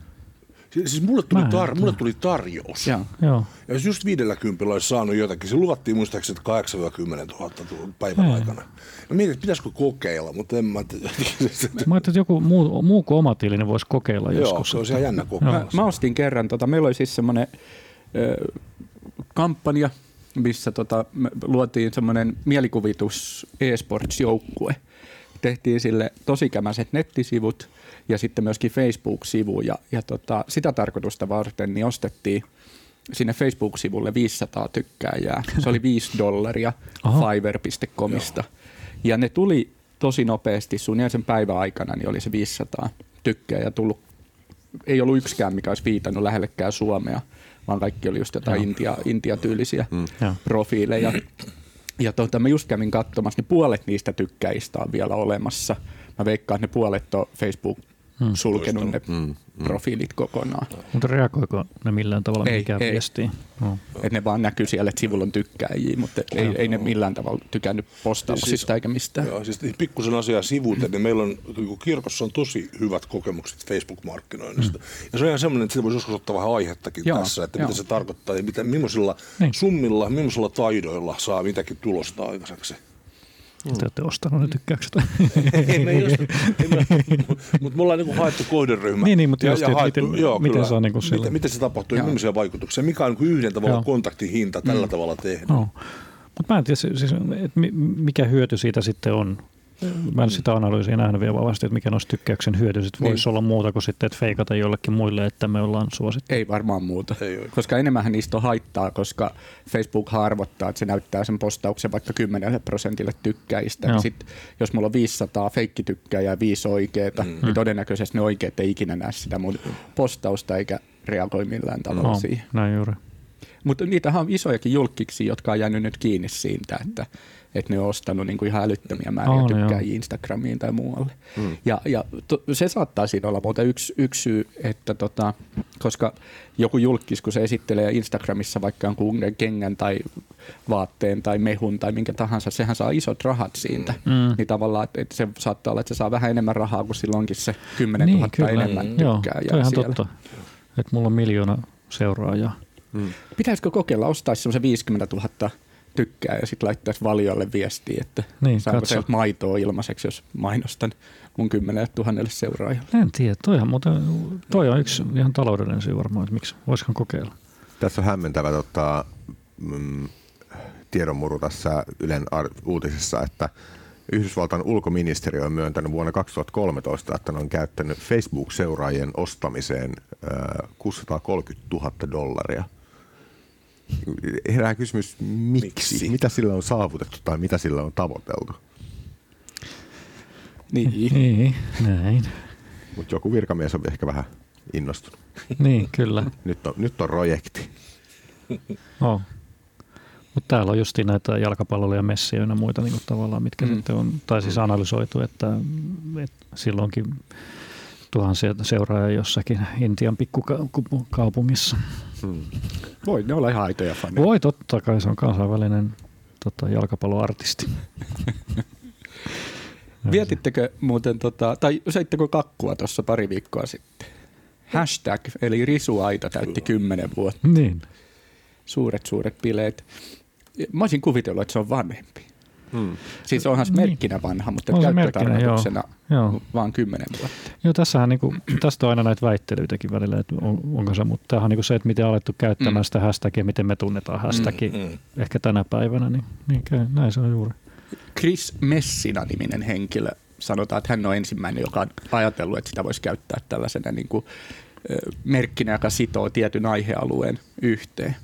Siis mulle tuli tarjous. Joo. Ja jos just 50 olisi saanut jotakin, se luvattiin muistaakseni 8 000–10 000 päivän aikana. Mä mietin, että pitäisikö kokeilla, mutta en mä... Mä ajattelin, että joku muu kuin oma tili ne voisi kokeilla joskus. Joo, se olisi ihan jännä kokeilla. Mä ostin kerran, meillä oli siis semmoinen kampanja, missä me luotiin semmoinen mielikuvitus e-sports-joukkue. Tehtiin sille tosi kämäiset nettisivut ja sitten myöskin Facebook-sivu ja sitä tarkoitusta varten niin ostettiin sinne Facebook-sivulle 500 tykkääjää. Se oli $5 Fiverr.comista ja ne tuli tosi nopeasti suunnilleen päivän aikana, niin oli se 500 tykkääjää tullut. Ei ollut yksikään, mikä olisi viitannut lähellekään Suomea, vaan kaikki oli just jotain Intia-tyylisiä profiileja. Ja mä just kävin katsomassa, niin puolet niistä tykkäistä on vielä olemassa. Mä veikkaan, että ne puolet on Facebook sulkenut ne profiilit kokonaan. Mutta reagoiko ne millään tavalla mikään viestiin? No. Et ne vaan näkyy siellä, että sivulla on tykkääjiä, mutta ei ne millään tavalla tykännyt postauksista eikä mistään. Joo, siis pikkusen asiaa sivuuten, niin meillä on, kirkossa on tosi hyvät kokemukset Facebook-markkinoinnista. Ja se on ihan semmoinen, että sitä voisi joskus ottaa vähän aihettakin tässä, että mitä se tarkoittaa ja millaisilla summilla, millaisilla taidoilla saa mitäkin tulosta aikaiseksi. Te olette ostanut ne tykkäykset. Mutta me ollaan niinku haettu kohderyhmä. Niin, mutta miten se on niinku sillä? Miten se tapahtuu ja millaisia vaikutuksia? Mikä on niinku yhden tavalla kontaktin hinta tällä tavalla tehdä? No. Mutta mä en tiedä, siis, mikä hyöty siitä sitten on. Mä en sitä analyysiä nähnyt vielä vahvasti, että mikä olisi tykkäyksen hyöty. Sitten voisi olla muuta kuin sitten, että feikata jollekin muille, että me ollaan suosittu. Ei varmaan muuta, koska enemmän niistä on haittaa, koska Facebook arvottaa, että se näyttää sen postauksen vaikka 10% tykkäistä. Ja sit, jos mulla on 500 feikkitykkääjää ja 5 oikeita, niin todennäköisesti ne oikeat ei ikinä näe sitä mun postausta eikä reagoi millään tavalla siihen. Näin juuri. Mutta niitähän on isojakin julkkiksi, jotka on jäänyt nyt kiinni siitä, että ne on ostanut niinku ihan älyttömiä määriä tykkääjiä Instagramiin tai muualle. Se saattaa siinä olla muuten yksi syy, että koska joku julkkis, kun se esittelee Instagramissa vaikka jonkun kengän tai vaatteen tai mehun tai minkä tahansa, sehän saa isot rahat siitä. Niin tavallaan, että se saattaa olla, että se saa vähän enemmän rahaa, kun sillä onkin se 10 000 enemmän tykkääjää siellä. Totta. Että mulla on 1 miljoona seuraajaa. Pitäisikö kokeilla, ostaisi semmoisen 50 000 tykkää ja sitten laittaisi Valiolle viestiä, että saanko sieltä maitoa ilmaiseksi, jos mainostan mun 10 000 seuraajalle. En tiedä. Toi on yksi ihan taloudellinen syy varmaan, että miksi voisikaan kokeilla. Tässä on hämmentävä tiedonmuru tässä Ylen uutisissa, että Yhdysvaltain ulkoministeriö on myöntänyt vuonna 2013, että ne on käyttänyt Facebook-seuraajien ostamiseen $630,000. Herää kysymys, miksi? Mitä sillä on saavutettu tai mitä sillä on tavoiteltu? Niin, näin. Mutta joku virkamies on ehkä vähän innostunut. Niin, kyllä. Nyt on projekti. Mutta täällä on justiin näitä jalkapalloja ja messiä ja muita niin tavallaan, mitkä sitten on, tai siis analysoitu, että silloinkin tuhansia seuraajia jossakin Intian pikkukaupungissa. Voi ne olla ihan aitoja faneja. Voi, totta kai, se on kansainvälinen jalkapalloartisti. Vietittekö muuten, tai söittekö kakkua tuossa pari viikkoa sitten? Hashtag, eli risuaita täytti 10 vuotta. Niin. Suuret bileet. Mä olisin kuvitellut, että se on vanhempi. Siis onhan se merkkinä vanha, mutta käyttötarkoituksena vaan 10 vuotta. Joo, tässähän tästä on aina näitä väittelyitäkin välillä, että onko se, mutta tämähän on se, että miten on alettu käyttämään sitä hashtagia, miten me tunnetaan hashtagia ehkä tänä päivänä, niin näin se on juuri. Chris Messina-niminen henkilö, sanotaan, että hän on ensimmäinen, joka on ajatellut, että sitä voisi käyttää tällaisena niin kuin merkkinä, joka sitoo tietyn aihealueen yhteen.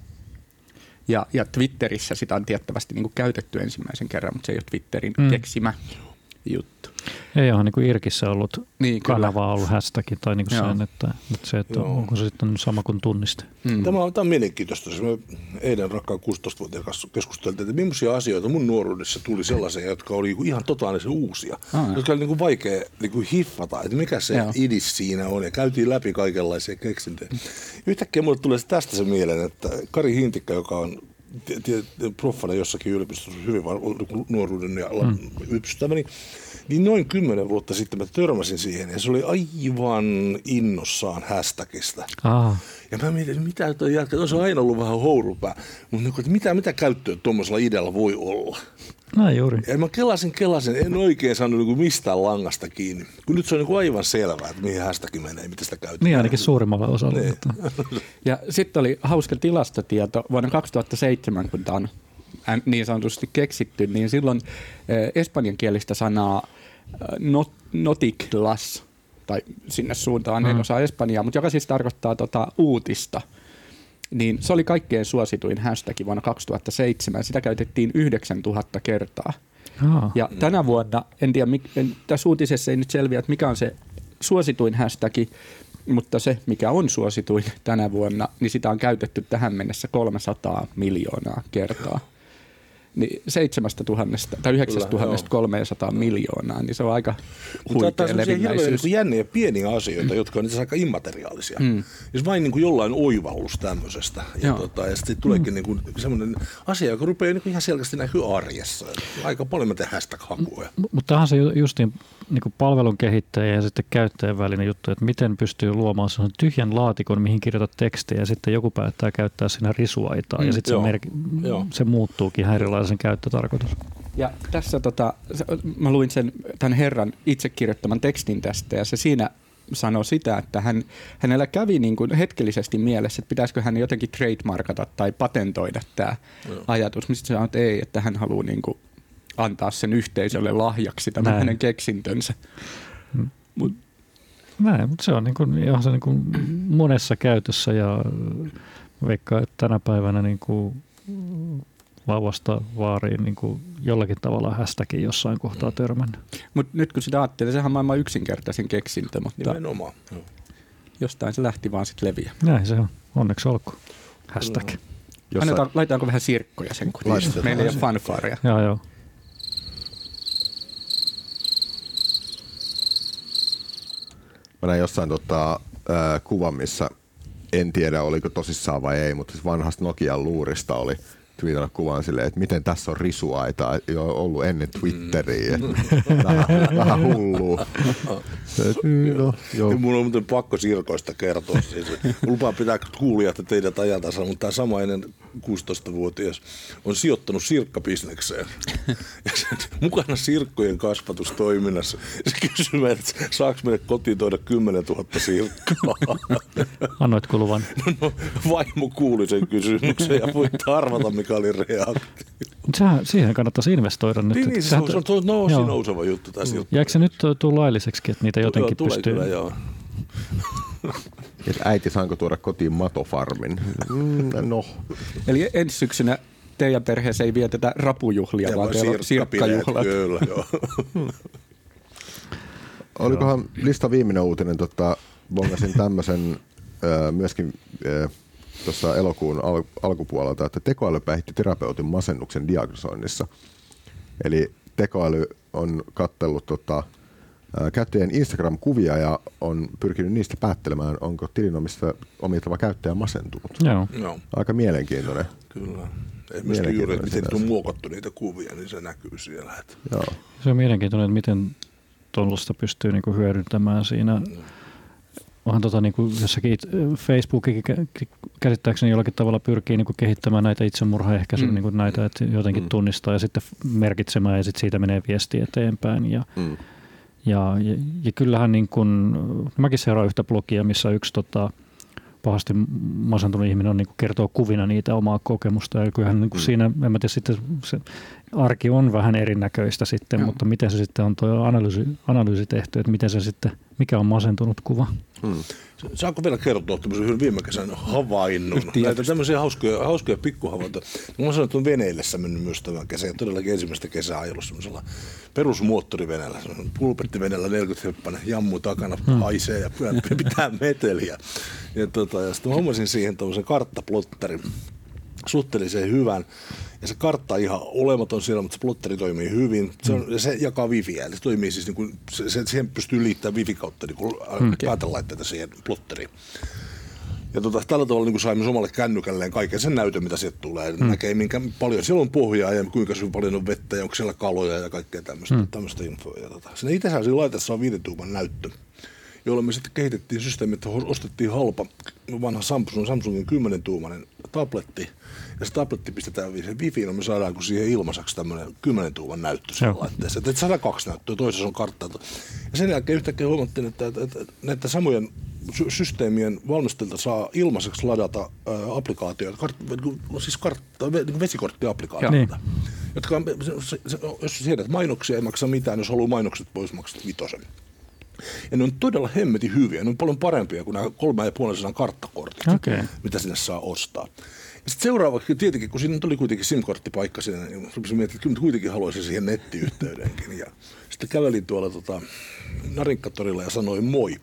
Ja Twitterissä sitä on tiettävästi niin kuin käytetty ensimmäisen kerran, mutta se ei ole Twitterin keksimä juttu. Ei ole niin kuin Irkissä ollut kanavaa ollut hashtagin tai niin kuin sen, että onko se sitten sama kuin tunniste. Tämä on mielenkiintoista. Me eilen rakkaan 16-vuotiaan kanssa keskusteltiin, että millaisia asioita mun nuoruudessa tuli sellaisia, jotka oli ihan totaalisen uusia. Jotka oli niin kuin vaikea niin kuin hiffata, että mikä se idis siinä on. Ja käytiin läpi kaikenlaisia keksintöjä. Yhtäkkiä mulle tulee tästä se mieleen, että Kari Hintikka, joka on proffana jossakin yliopistossa hyvin nuoruuden ja ystäväni, niin noin 10 vuotta sitten mä törmäsin siihen ja se oli aivan innossaan hashtagista. Ja mä mietin, mitä toi jälkeen, on se aina ollut vähän hourupää, mutta mitä käyttöä tuommoisella idealla voi olla? Näin juuri. Ja mä kelasin, en oikein saanut niin mistään langasta kiinni, kun nyt se on niin aivan selvää, että mihin hashtag menee, miten sitä käytetään. Niin ainakin suurimmalla osalla. Niin. Ja sitten oli hauska tilastotieto vuonna 2007, kun tämä on niin sanotusti keksitty, niin silloin espanjankielistä sanaa noticlas, tai sinne suuntaan en osaa espanjaa, mutta joka siis tarkoittaa uutista, niin se oli kaikkein suosituin hashtag vuonna 2007. Sitä käytettiin 9000 kertaa. Ja tänä vuonna, en tiedä, tässä uutisessa ei nyt selviä, että mikä on se suosituin hashtag, mutta se, mikä on suosituin tänä vuonna, niin sitä on käytetty tähän mennessä 300 miljoonaa kertaa. niin 7,000 tai 9,300 miljoonaa, niin se on aika huikea levinnäisyys. Niin jänniä pieniä asioita, jotka on itse aika immateriaalisia. Jos vain niin kuin jollain oivallus tämmöisestä. Ja sitten tuleekin niin kuin semmoinen asia, joka rupeaa niin kuin ihan selkeästi näkyy arjessa. Aika paljon mä teen hashtag-hakuja. Mutta tähän se justiin niin kuin palvelun kehittäjä ja sitten käyttäjän välinen juttu, että miten pystyy luomaan sellaisen tyhjän laatikon, mihin kirjoitat tekstejä ja sitten joku päättää käyttää siinä risuaitaa ja sitten se muuttuukin ihan erilaisen käyttötarkoitus. Ja tässä mä luin tämän herran itse kirjoittaman tekstin tästä ja se siinä sanoi sitä, että hänellä kävi niin kuin hetkellisesti mielessä, että pitäisikö hän jotenkin trademarkata tai patentoida tämä ajatus. Mistä se sanoi, että ei, että hän haluaa niin kuin antaa sen yhteisölle lahjaksi tämän hänen keksintönsä. Näin, mutta se on niin kuin, ihan se niin kuin monessa käytössä ja vaikka tänä päivänä niin kuin vauvasta vaariin niin kuin jollakin tavalla hashtagin jossain kohtaa törmännyt. Mutta nyt kun sitä ajattelee, sehän on maailman yksinkertaisin keksintö, mutta nimenomaan. Jostain se lähti vaan sitten leviä. Näin se on. Onneksi olkoon. Hashtag. Laitetaanko vähän sirkkoja sen, kun meillä ei ole fanfaaria. Joo. Mä näin jossain kuvan, missä en tiedä oliko tosissaan vai ei, mutta siis vanhasta Nokian luurista oli twiitannut kuvan silleen, että miten tässä on risuaita jo ollut ennen Twitteriä. Vähän hullua. Mun on muuten pakko sirkoista kertoa. Siis, lupaan pitää kuulijat teidät ajaltansa, mutta tämä samainen 16-vuotias on sijoittanut sirkkabisnekseen. Ja sen mukana sirkkojen kasvatustoiminnassa. Se kysyy, että saako meille kotiin tuoda 10 000 sirkkaa? Annoitko luvan? No, vaimo kuuli sen kysymyksen ja voit arvata, mikä oli reaktio. Siihen kannattaisi investoida nyt. Niin, se on nouseva juttu. Jääkö se nyt tulla lailliseksi, että niitä jotenkin pystyy? Kyllä, joo. Äiti, saanko tuoda kotiin matofarmin? No. Eli ensi syksynä teidän perheessä ei vietetä rapujuhlia, vaan teillä on sirkkajuhlat. Kyllä, joo. Olikohan lista viimeinen uutinen, bongasin tämmöisen myöskin tuossa elokuun alkupuolelta, että tekoäly päihitti terapeutin masennuksen diagnosoinnissa. Eli tekoäly on katsellut käyttäjien Instagram-kuvia ja on pyrkinyt niistä päättelemään, onko tilin omittava käyttäjä masentunut. Joo. Aika mielenkiintoinen. Kyllä. Ei myöskin juuri, että miten on muokattu niitä kuvia, niin se näkyy siellä. Joo. Se on mielenkiintoinen, että miten tuollaista pystyy niinku hyödyntämään siinä. Onhan niinku jossakin Facebookikin käsittääkseni jollakin tavalla pyrkii niinku kehittämään näitä itsemurhaehkäisyä, niinku näitä, että jotenkin tunnistaa ja sitten merkitsemään ja sitten siitä menee viesti eteenpäin. Ja kyllähän niin kun, mäkin seuraan yhtä blogia, missä yksi pahasti masentunut ihminen on, niin kertoo kuvina niitä omaa kokemusta. Ja kyllähän niin siinä, en mä tiedä, sitten se arki on vähän erinäköistä sitten, mutta miten se sitten on tuo analyysi tehty, että miten se sitten, mikä on masentunut kuva. Saanko vielä kertoa tämmöisen viime kesän havainnon? Näitä tämmöisiä hauskoja pikkuhavaintoja. Mä sanoin, että on veneillessä mennyt myös tämän kesän. Ja todellakin ensimmäistä kesää ajellut semmoisella perusmoottoriveneellä. Pulpettiveneellä 40-heppainen jammu takana haisee ja pitää meteliä. Ja sitten mä hommasin siihen tämmöisen karttaplotterin. Suhteellisen hyvän. Ja se kartta on ihan olematon siellä, mutta se plotteri toimii hyvin. Se jakaa wifiä, eli se toimii siis niin kuin, siihen pystyy liittämään wifi kautta niin päätelaitteita siihen plotteriin. Ja tällä tavalla niin saimme omalle kännykälleen kaiken sen näytön, mitä sieltä tulee. Näkee minkä paljon siellä on pohjaa ja kuinka paljon on vettä ja onko siellä kaloja ja kaikkea tämmöistä infoa. Sinne itsehän laitteessa on 5 tuuman näyttö, jolloin me sitten kehitettiin systeemi, että ostettiin halpa vanha Samsungin 10-tuumainen tabletti. Ja se tabletti pistetään wifiin, ja me saadaan kun siihen ilmaiseksi tämmöinen 10-tuuman näyttö siellä laitteessa. Että saadaan 2 näyttöä, toisessa on kartta. Ja sen jälkeen yhtäkkiä huomattiin, että näitä samojen systeemien valmistajilta saa ilmaiseksi ladata applikaatioita, siis vesikorttiapplikaatioita, jotka jos siedät mainoksia, ei maksa mitään, jos haluaa mainokset pois, maksat 5. Ja ne on todella hemmetin hyviä, ne on paljon parempia kuin nämä 3,5 karttakortit, mitä sinne saa ostaa. Ja sitten seuraavaksi tietenkin, kun siinä tuli kuitenkin SIM-korttipaikka sinne, niin rupesin miettimään, että kuitenkin haluaisin siihen nettiyhteydenkin. Ja sitten kävelin tuolla Narinkkatorilla ja sanoin moi.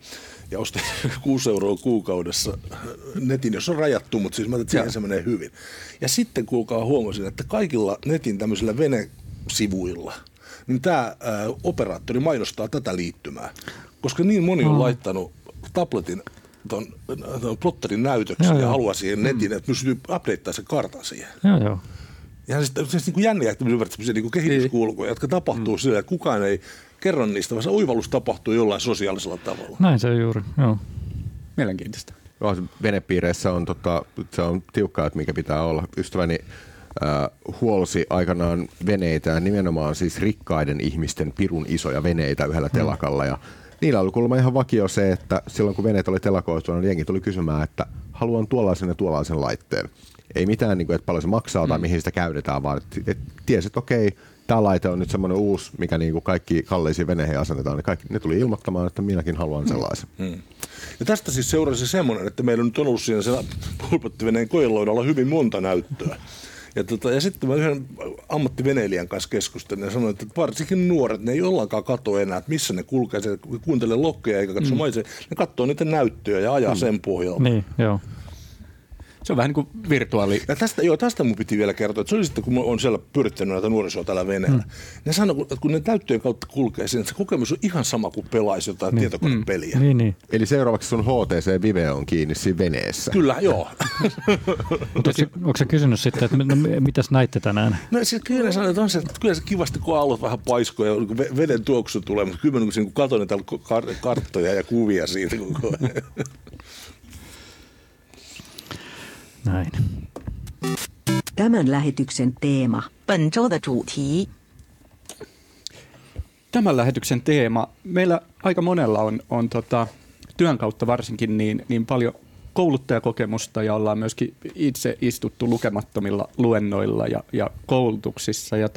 ja ostin 6 € kuukaudessa netin, jos on rajattu, mutta siis mä ajattelin, että siihen se menee hyvin. Ja sitten kuulkaa huomasin, että kaikilla netin tämmöisillä venesivuilla, niin tämä operaattori mainostaa tätä liittymää, koska niin moni on laittanut tabletin tuon plotterin näytöksi ja haluaa siihen netin, että pystyy updateamaan sen kartan siihen. Joo. Ja se niin kuin jänniä, että niin kehityskulkuja, jotka tapahtuu sillä, että kukaan ei kerro niistä, vaan se oivallus tapahtuu jollain sosiaalisella tavalla. Näin se on juuri, joo. Mielenkiintoista. Venepiireissä on, se on tiukkaa, että mikä pitää olla. Ystäväni huolsi aikanaan veneitä, nimenomaan siis rikkaiden ihmisten pirun isoja veneitä yhdellä telakalla. Ja niillä oli kuulemma ihan vakio se, että silloin kun veneet oli telakoituna, niin jengi tuli kysymään, että haluan tuollaisen ja tuollaisen laitteen. Ei mitään, niin kuin, että paljon se maksaa tai mihin sitä käytetään, vaan että tiesi, että okei, tämä laite on nyt semmoinen uusi, mikä niin kuin kaikki kalleisiin veneihin asennetaan. Niin kaikki, ne tuli ilmoittamaan, että minäkin haluan sellaisen. Ja tästä siis seurasi semmoinen, että meillä nyt on ollut siinä siellä pulpottiveneen koeloidalla hyvin monta näyttöä. Ja sitten mä yhden ammattiveneilijän kanssa keskustelin ja sanoin, että varsinkin nuoret, ne ei ollenkaan katso enää, että missä ne kulkee, se kuuntelee lokkeja eikä katso maisee. Ne katsoo niitä näyttöjä ja ajaa sen pohjalta. Niin, joo. Se on vähän niin kuin virtuaali. Ja tästä mun piti vielä kertoa, että se oli sitten, kun mä oon siellä pyörittänyt näitä nuorisoa tällä veneellä. Ne sanoi, että kun ne näyttöjen kautta kulkee siinä, että se kokemus on ihan sama kuin pelaisi jotain tietokonepeliä. Niin. Eli seuraavaksi sun HTC Vive on kiinni siinä veneessä. Kyllä, joo. Mutta onko sä kysynyt sitten, että mitäs näitte tänään? No siis kyllä ne sanoi, että kyllä se kivasti, kun aallot vähän paiskoo ja veden tuoksu tulee, mutta kyllä mä kun katson niitä karttoja ja kuvia siitä koko ajan. Näin. Tämän lähetyksen teema. 本周的主题 Tämän lähetyksen teema. Meillä aika monella on työn kautta varsinkin niin paljon kouluttajakokemusta ja ollaan myöskin itse istuttu lukemattomilla luennoilla ja koulutuksissa. Ja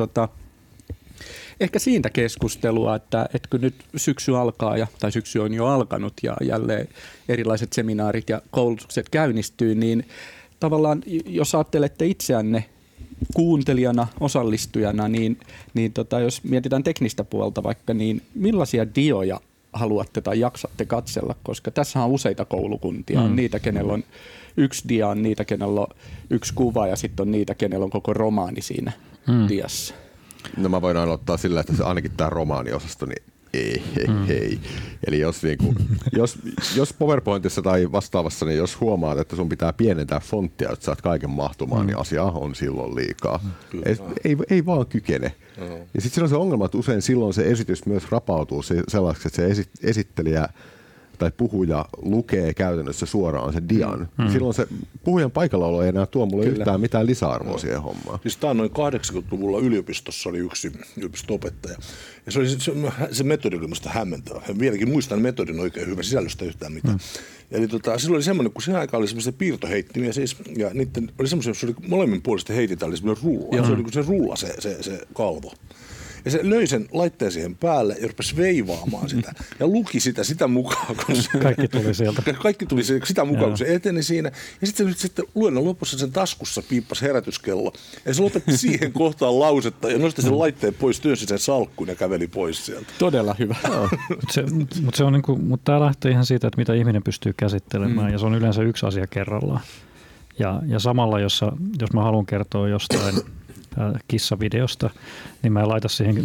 ehkä siitä keskustelua, että kun nyt syksy alkaa tai syksy on jo alkanut ja jälleen erilaiset seminaarit ja koulutukset käynnistyy, niin tavallaan jos ajattelette itseänne kuuntelijana, osallistujana, niin jos mietitään teknistä puolta vaikka, niin millaisia dioja haluatte tai jaksatte katsella, koska tässä on useita koulukuntia. On niitä, kenellä on yksi dia, on niitä, kenellä on yksi kuva ja sitten on niitä, kenellä on koko romaani siinä diassa. No mä voin aloittaa sillä, että se ainakin tämä romaaniosasto, niin ei. Eli jos PowerPointissa tai vastaavassa, niin jos huomaat, että sun pitää pienentää fonttia, että saat kaiken mahtumaan, niin asia on silloin liikaa. Ei vaan kykene. Ja sitten siinä on se ongelma, että usein silloin se esitys myös rapautuu sellaiseksi, että se esittelijä tai puhuja lukee käytännössä suoraan sen dian. Silloin se puhujan paikallaolo ei enää tuo mulle yhtään mitään lisäarvoa siihen hommaan. Siis tämä on noin 80-luvulla yliopistossa oli yksi yliopisto-opettaja. Ja se metodi oli minusta hämmentävä. Vieläkin muistan metodin oikein hyvä, sisällöstä yhtään mitään. Eli silloin oli semmoinen, kun siihen aikaan oli semmoisia piirtoheittimiä siis, ja niiden oli semmoisia, jossa oli molemmin puolesta heitetään, oli semmoinen rulla. Ja se oli se rulla, se kalvo. Ja se löi sen laitteen siihen päälle ja rupesi veivaamaan sitä. Ja luki sitä mukaan. Kaikki tuli sieltä. Kaikki tuli sitä mukaan, kun se eteni siinä. Ja sitten luennon lopussa sen taskussa piippasi herätyskello. Ja se lopetti siihen kohtaan lausetta ja nosti sen laitteen pois, työnsi sen salkkuun ja käveli pois sieltä. Todella hyvä. Mutta tämä lähtee ihan siitä, että mitä ihminen pystyy käsittelemään. Ja se on yleensä yksi asia kerrallaan. Ja samalla, jos mä haluan kertoa jostain kissavideosta, niin mä en laita siihen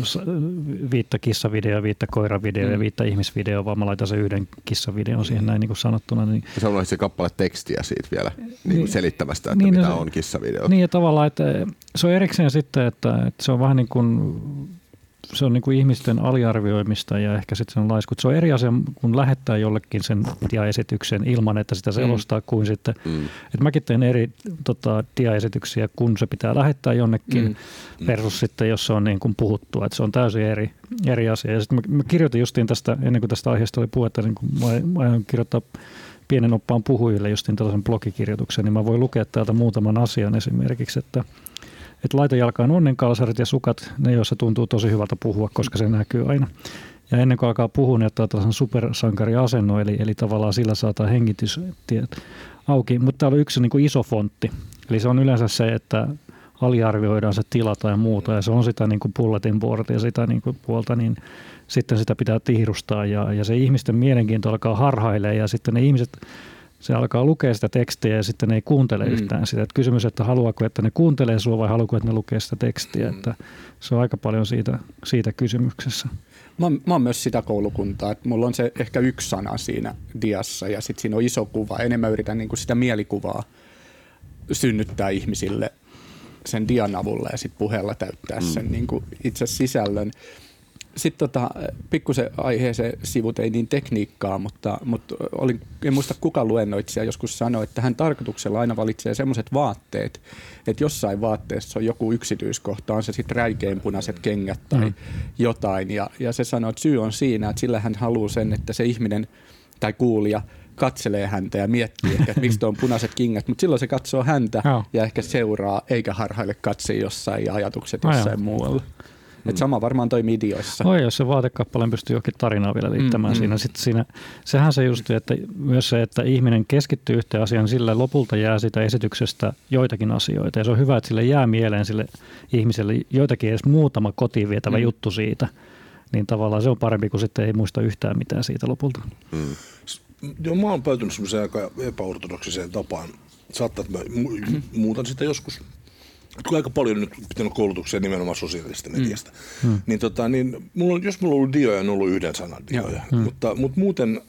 5 kissavideoa, 5 koiravideoa ja 5 ihmisvideoa, vaan mä laitan sen yhden kissavideon siihen näin niin kuin sanottuna. Niin. Se on se kappale tekstiä siitä vielä niin selittämästä, että mitä on kissavideo. Niin ja tavallaan, että se on erikseen sitten, että se on vähän niin kuin se on niin kuin ihmisten aliarvioimista ja ehkä sitten se on laiskut. Se on eri asia, kun lähettää jollekin sen diaesityksen ilman, että sitä selostaa kuin sitten. Että mäkin teen eri diaesityksiä, kun se pitää lähettää jonnekin versus sitten, jos se on niin kuin puhuttua. Että se on täysin eri asia. Ja sitten mä kirjoitin justiin tästä, ennen kuin tästä aiheesta oli puhetta, niin kun mä aion kirjoittaa pienen oppaan puhujille justiin tällaisen blogikirjoituksen, niin mä voin lukea täältä muutaman asian esimerkiksi, että laita jalkaan onnenkalsarit ja sukat, ne joissa tuntuu tosi hyvältä puhua, koska se näkyy aina. Ja ennen kuin alkaa puhua, niin ottaa tällaisen supersankariasennon, eli tavallaan sillä saadaan hengitystiet auki. Mutta täällä on yksi niin kuin iso fontti. Eli se on yleensä se, että aliarvioidaan se tila tai muuta ja se on sitä niin kuin bulletin boardia sitä niin kuin puolta, niin sitten sitä pitää tihrustaa ja se ihmisten mielenkiinto alkaa harhailemaan ja sitten ne ihmiset, se alkaa lukea sitä tekstiä ja sitten ne ei kuuntele yhtään sitä. Et kysymys, että haluaako, että ne kuuntelee sua vai haluaako, että ne lukee sitä tekstiä. Että se on aika paljon siitä kysymyksessä. Mä oon myös sitä koulukuntaa, että mulla on se ehkä yksi sana siinä diassa ja sitten siinä on iso kuva. Enemmän yritän niin kuin sitä mielikuvaa synnyttää ihmisille sen dian avulla ja sitten puheella täyttää sen niin kuin itse sisällön. Sitten pikkusen aiheeseen sivut ei niin tekniikkaa, mutta en muista kuka luennoitsija joskus sanoi, että hän tarkoituksella aina valitsee semmoiset vaatteet, että jossain vaatteessa on joku yksityiskohta, on se sitten räikeinpunaiset kengät tai jotain. Ja se sanoi, että syy on siinä, että sillä hän haluaa sen, että se ihminen tai kuulija katselee häntä ja miettii, että miksi on punaiset kingät, mutta silloin se katsoo häntä ja ehkä seuraa, eikä harhaile katse jossain ja ajatukset jossain muualla. Että sama varmaan toimii idioissa. Jos se vaatekappaleen pystyy johonkin tarinaan vielä liittämään siinä. Sehän se just, että myös se, että ihminen keskittyy yhteen asiaan, niin sillä lopulta jää siitä esityksestä joitakin asioita. Ja se on hyvä, että sille jää mieleen sille ihmiselle joitakin edes muutama kotiin vietävä juttu siitä. Niin tavallaan se on parempi kuin sitten ei muista yhtään mitään siitä lopulta. Joo, mä oon päätynyt semmoiseen aika epäortodoksiseen tapaan. Saattaa, että mä muutan sitä joskus. Aika paljon nyt pitänyt koulutuksia nimenomaan sosiaalisesta mediasta. Niin jos mulla on ollut dioja, on ollut yhden sanan dioja. Mutta muuten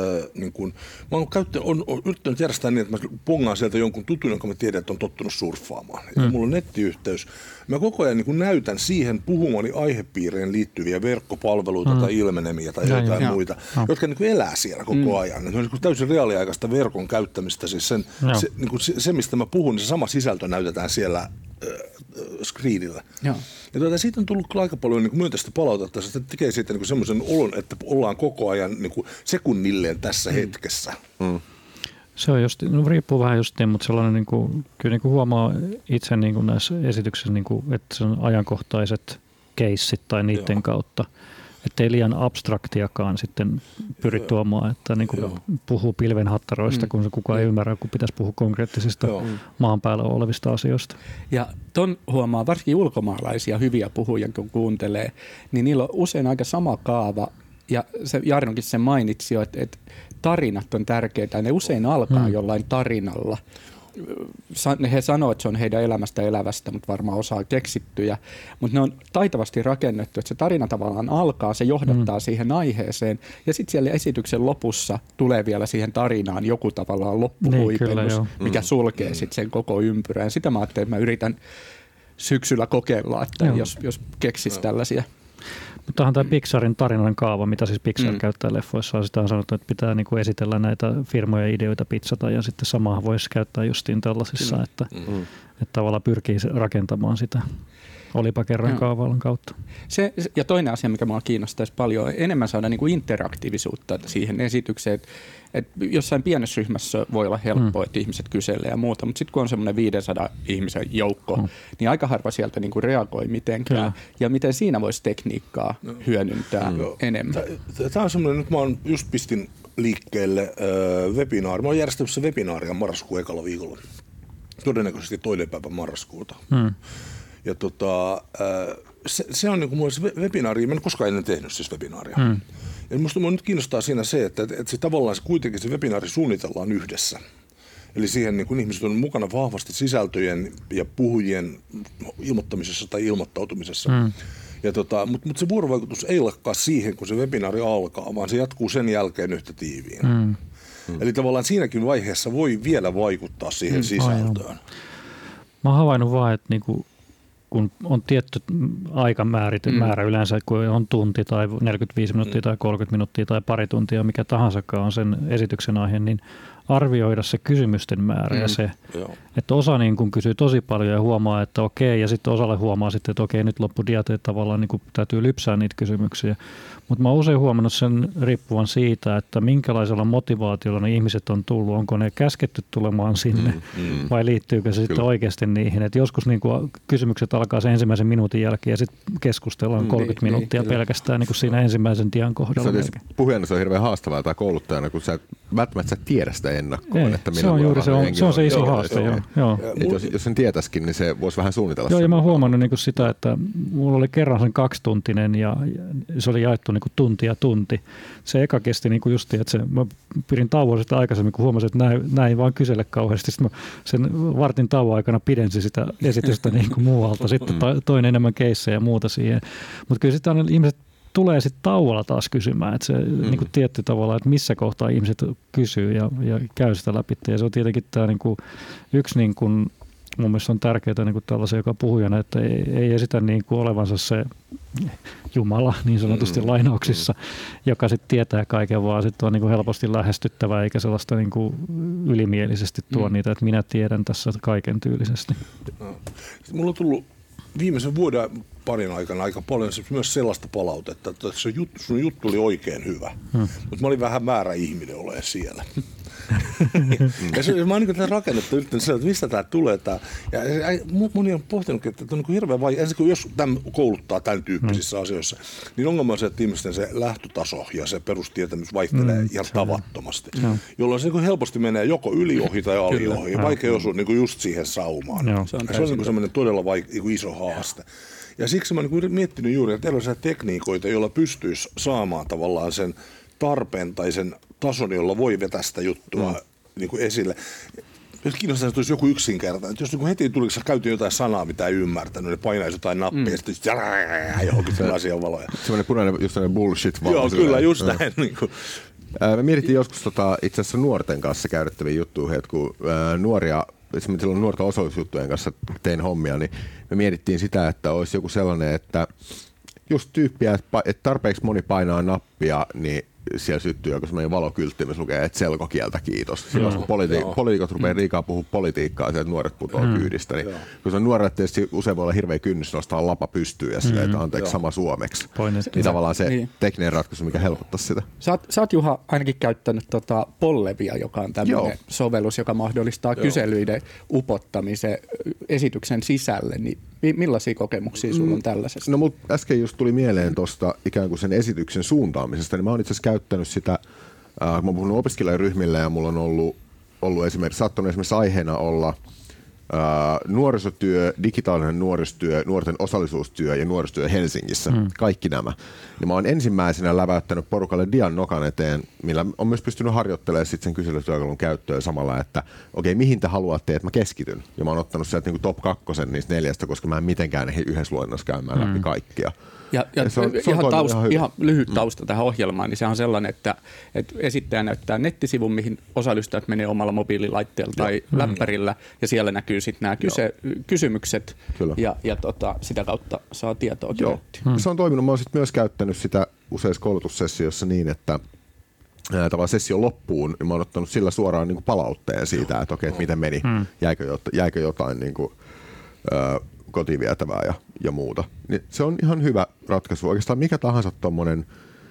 mä oon yrittänyt järjestää niin, että mä pongaan sieltä jonkun tutun, jonka mä tiedän, että on tottunut surffaamaan. Ja mulla on nettiyhteys. Mä koko ajan näytän siihen puhumani aihepiireen liittyviä verkkopalveluita tai ilmenemiä tai jotain muita, jotka elää siellä koko ajan. Ne on täysin reaaliaikaista verkon käyttämistä. Siis se, mistä mä puhun, niin se sama sisältö näytetään siellä screenillä. Ja siitä on tullut aika paljon myönteistä palautetta, että se tekee siitä semmoisen olon, että ollaan koko ajan sekunnilleen tässä hetkessä. Se on just, riippuu vähän justiin, mutta sellainen kyllä huomaa itse näissä esityksissä, että se on ajankohtaiset keissit tai niiden kautta. Että ei liian abstraktiakaan sitten pyri tuomaan, että puhuu pilvenhattaroista, kun se kukaan ei ymmärrä, kun pitäisi puhua konkreettisista maan päällä olevista asioista. Ja ton huomaa varsinkin ulkomaalaisia hyviä puhujia, kun kuuntelee, niin niillä on usein aika sama kaava. Ja se Jarnokin sen mainitsi jo, että tarinat on tärkeitä. Ne usein alkaa jollain tarinalla. He sanoo, että se on heidän elämästä elävästä, mutta varmaan osaa keksittyjä. Mutta ne on taitavasti rakennettu, että se tarina tavallaan alkaa, se johdattaa siihen aiheeseen. Ja sitten siellä esityksen lopussa tulee vielä siihen tarinaan joku tavallaan loppuhuipennus, mikä sulkee sitten sen koko ympyrän. Sitä mä ajattelin, että mä yritän syksyllä kokeilla, että jos keksisi tällaisia. Mutta onhan tämä Pixarin tarinan kaava, mitä siis Pixar käyttää leffoissaan. Sitä on sanottu, että pitää esitellä näitä firmoja ideoita pizzata ja sitten samaa voisi käyttää justiin tällaisissa, että tavallaan pyrkii rakentamaan sitä olipa kerran kaavallon kautta. Ja toinen asia, mikä minua kiinnostaisi paljon, on enemmän saada interaktiivisuutta siihen esitykseen. Että jossain pienessä ryhmässä voi olla helppoa, että ihmiset kyselee ja muuta, mutta sitten kun on semmoinen 500 ihmisen joukko, niin aika harva sieltä reagoi mitenkään. Ja miten siinä voisi tekniikkaa hyödyntää enemmän? Tämä on semmoinen, nyt mä just pistin liikkeelle webinaari. Mä oon järjestämässä webinaaria marraskuun ekalla viikolla. Todennäköisesti 2. päivä marraskuuta. Ja se on mulle se webinaari, mä en koskaan ennen tehnyt siis webinaaria. Ja musta nyt kiinnostaa siinä se, että se tavallaan kuitenkin se webinaari suunnitellaan yhdessä. Eli siihen ihmiset on mukana vahvasti sisältöjen ja puhujien ilmoittamisessa tai ilmoittautumisessa. Mutta se vuorovaikutus ei olekaan siihen, kun se webinaari alkaa, vaan se jatkuu sen jälkeen yhtä tiiviin. Eli tavallaan siinäkin vaiheessa voi vielä vaikuttaa siihen sisältöön. Mä oon havainnut vaan, että kun on tietty määrä yleensä, kun on tunti tai 45 minuuttia tai 30 minuuttia tai pari tuntia, mikä tahansakaan on sen esityksen aihe, niin arvioida se kysymysten määrä ja se, että osa kysyy tosi paljon ja huomaa, että okei, ja sitten osalle huomaa sitten, että okei, nyt loppu diat, että tavallaan täytyy lypsää niitä kysymyksiä. Mutta mä oon usein huomannut sen riippuvan siitä, että minkälaisella motivaatiolla ne ihmiset on tullut, onko ne käsketty tulemaan sinne vai liittyykö se sitten oikeasti niihin. Et joskus kysymykset alkaa sen ensimmäisen minuutin jälkeen ja sitten keskustellaan 30 minuuttia pelkästään siinä ensimmäisen dian kohdalla. Puhujana se on hirveän haastavaa tai kouluttajana, kun sä välttämättä tiedä sitä se ennakkoon. Että se on juuri se on se iso haaste. Joo. Jos sen tietäisikin, niin se voisi vähän suunnitella. Joo, ja mä oon huomannut niin kuin sitä, että mulla oli kerran sen 2-tuntinen ja se oli jaettu niin kuin tunti ja tunti. Se eka kesti niin kuin justiin, että mä pidin tauon sitä aikaisemmin, kun huomasin, että näin ei vaan kysele kauheasti. Sitten mä sen vartin tauon aikana pidensin sitä esitystä niin kuin muualta. Sitten toin enemmän keissejä ja muuta siihen. Mutta kyllä sitten ihmiset tulee sitten tauolla taas kysymään, että se niin kuin tietty tavalla, että missä kohtaa ihmiset kysyy ja käy sitä läpi. Ja se on tietenkin tämä niin kuin yksi niin kuin, mun mielestä on tärkeää niin kuin tällaisen, joka puhujana, että ei esitä niin kuin olevansa se Jumala niin sanotusti lainauksissa, joka sitten tietää kaiken, vaan sitten on niin kuin helposti lähestyttävä eikä sellaista niin kuin ylimielisesti tuo niitä, että minä tiedän tässä kaiken tyylisesti. Mulla on tullut viimeisen vuoden parin aikana aika paljon myös sellaista palautetta, että sun juttu oli oikein hyvä, mutta mä olin vähän väärä ihminen olemaan siellä. Ja mä oon niin rakennettu yrittänyt että mistä tämä tulee. Ja moni on pohtinut, että on niin hirveän vaikea. Ensin kun jos kouluttaa tämän tyyppisissä asioissa, niin ongelma on se, että ihmisten se lähtötaso ja se perustietämys vaihtelee ihan tavattomasti. Jolloin se niin helposti menee joko yli ohi tai ali ohi. Ja vaikea osua niin just siihen saumaan. Se on niin semmoinen todella iso haaste. Ja siksi mä oon niin miettinyt juuri, että erilaisia tekniikoita, joilla pystyisi saamaan tavallaan sen tarpeen tai sen tason, jolla voi vetää sitä juttua niin kuin esille. Jos kiinnostaa, että olisi joku yksinkertainen. Jos niin heti tuli, kun käytiin jotain sanaa, mitä ei ymmärtänyt, niin painaisi jotain nappia ja sitten johonkin sellaisia valoja. Semmoinen punainen, just sellainen bullshit-valo. Joo, kyllä, just näin. Niin me mietittiin joskus itse asiassa nuorten kanssa käytettäviä juttuja, että kun nuoria, esimerkiksi silloin nuorten osallisuusjuttujen kanssa tein hommia, niin me mietittiin sitä, että olisi joku sellainen, että just tyyppiä, että tarpeeksi moni painaa nappia, niin siellä syttyy joku sellainen valokyltti, missä lukee, että selkokieltä kiitos. Silloin kun poliitikot rupeaa liikaa puhua politiikkaa, että nuoret putoaa kyydistä, niin kun se on nuoret, tietysti usein voi olla hirveä kynnys nostaa lapa pystyyn ja silleen, että anteeksi sama suomeksi. Niin tavallaan se tekninen ratkaisu, mikä helpottaisi sitä. Sä oot Juha ainakin käyttänyt Pollevia, joka on tämmöinen sovellus, joka mahdollistaa kyselyiden upottamisen esityksen sisälle. Niin millaisia kokemuksia sulla on tällaisesta? No mut äsken just tuli mieleen tuosta ikään kuin sen esityksen suuntaamisesta, niin mä oon itse asiassa käyttänyt sitä, kun mä oon puhunut opiskelijaryhmillä ja mulla on ollut saattanut esimerkiksi aiheena olla nuorisotyö, digitaalinen nuorisotyö, nuorten osallisuustyö ja nuorisotyö Helsingissä, kaikki nämä. Ja mä oon ensimmäisenä läväyttänyt porukalle dian nokan eteen, millä on myös pystynyt harjoittelemaan sit sen kyselytyökalun käyttöön samalla, että okei, mihin te haluatte, että mä keskityn. Ja mä oon ottanut sieltä niin top 2 niistä 4, koska mä en mitenkään yhdessä luennossa käymään läpi kaikkia. Ja se on ihan lyhyt tausta tähän ohjelmaan, niin se on sellainen, että esittäjä näyttää nettisivun, mihin osallistujat menee omalla mobiililaitteella tai läppärillä, ja siellä näkyy sitten nämä kysymykset, ja sitä kautta saa tietoa. Se on toiminut. Mä oon myös käyttänyt sitä useissa koulutussessioissa niin, että tavallaan session loppuun, niin mä oon ottanut sillä suoraan niin kuin palautteen siitä, että okei, että miten meni, jäikö jotain niin kuin, kotiin vietävää ja muuta. Niin se on ihan hyvä ratkaisu. Oikeastaan mikä tahansa tommonen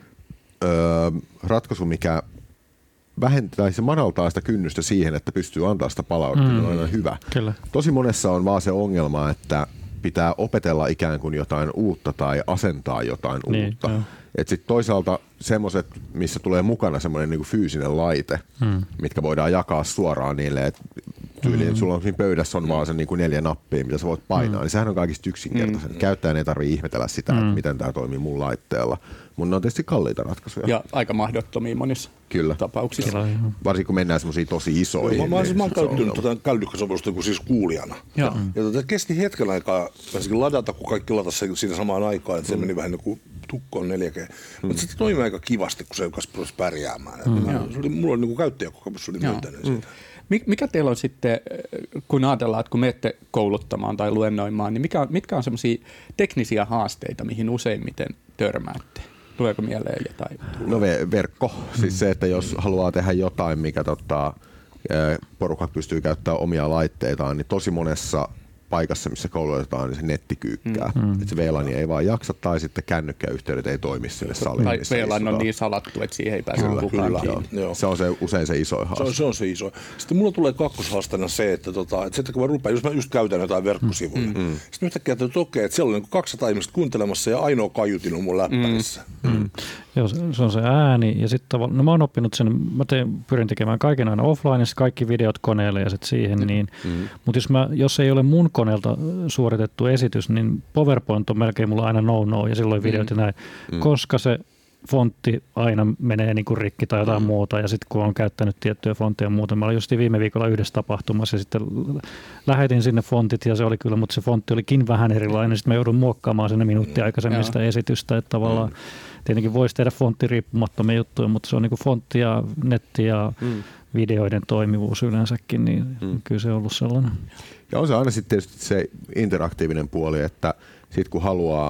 ratkaisu, mikä vähentää, se madaltaa sitä kynnystä siihen, että pystyy antaa sitä palautetta, on aina hyvä. Kyllä. Tosi monessa on vaan se ongelma, että pitää opetella ikään kuin jotain uutta tai asentaa jotain uutta. Et sit toisaalta semmoiset, missä tulee mukana semmoinen niinku fyysinen laite, mitkä voidaan jakaa suoraan niille, että tyyliin sulla on siinä pöydässä on vaan se niinku 4 nappia, mitä sä voit painaa, niin sehän on kaikista yksinkertaisen. Käyttäjän ei tarvitse ihmetellä sitä, että miten tämä toimii mun laitteella. Mun ne on tietysti kalliita ratkaisuja. Ja aika mahdottomia monissa tapauksissa. Varsinkin kun mennään semmoisiin tosi isoihin. Mä oon käyttänyt kännykkäsovellusta siis kuulijana. Ja kesti hetken aikaa ladata, kun kaikki latasi siinä samaan aikaan, että se meni vähän niin kuin tukkoon 4G. Mutta sitten toimii aika kivasti, kun se kanssa pärjäämään. Mulla oli niin käyttäjäkokemus, oli myönteinen siitä. Mikä teillä on sitten, kun ajatellaan, että kun menette kouluttamaan tai luennoimaan, niin mitkä on semmoisia teknisiä haasteita, mihin useimmiten törmäätte? Tuleeko mieleen jotain? No verkko. Siis se, että jos haluaa tehdä jotain, mikä porukat pystyy käyttämään omia laitteitaan, niin tosi monessa paikassa, missä koulutetaan, niin se netti kyykkää. Että se VLAN ei vaan jaksa, tai sitten kännykkäyhteydet ei toimi sinne saliin. Tai VLAN on niin salattu, että siihen ei pääse kukaan kiinni. Se on usein se iso haaste. Se on se iso. Sitten mulla tulee kakkoshaastana se, että sitten kun mä rupean, jos mä just käytän jotain verkkosivuja, sitten yhtäkkiä, että okei, että siellä on 200 ihmistä kuuntelemassa ja ainoa kaiutin on mun läppärissä. Joo, se on se ääni ja sitten no mä oon oppinut sen, pyrin tekemään kaiken aina offline, kaikki videot koneelle ja sitten siihen mutta jos ei ole mun koneelta suoritettu esitys, niin PowerPoint on melkein mulla aina no ja silloin videot ja näin, koska se fontti aina menee niin kuin rikki tai jotain muuta ja sitten kun on käyttänyt tiettyjä fontteja ja muuta, mä olin just viime viikolla yhdessä tapahtumassa ja sitten lähetin sinne fontit ja se oli kyllä, mutta se fontti olikin vähän erilainen, sitten mä joudun muokkaamaan sinne minuuttia aikaisemmin sitä esitystä, että tavallaan tietenkin voisi tehdä fonttiriippumattomia juttuja, mutta se on niin kuin fontti ja netti ja videoiden toimivuus yleensäkin, niin kyllä se on ollut sellainen. Ja on se aina sitten tietysti se interaktiivinen puoli, että sitten kun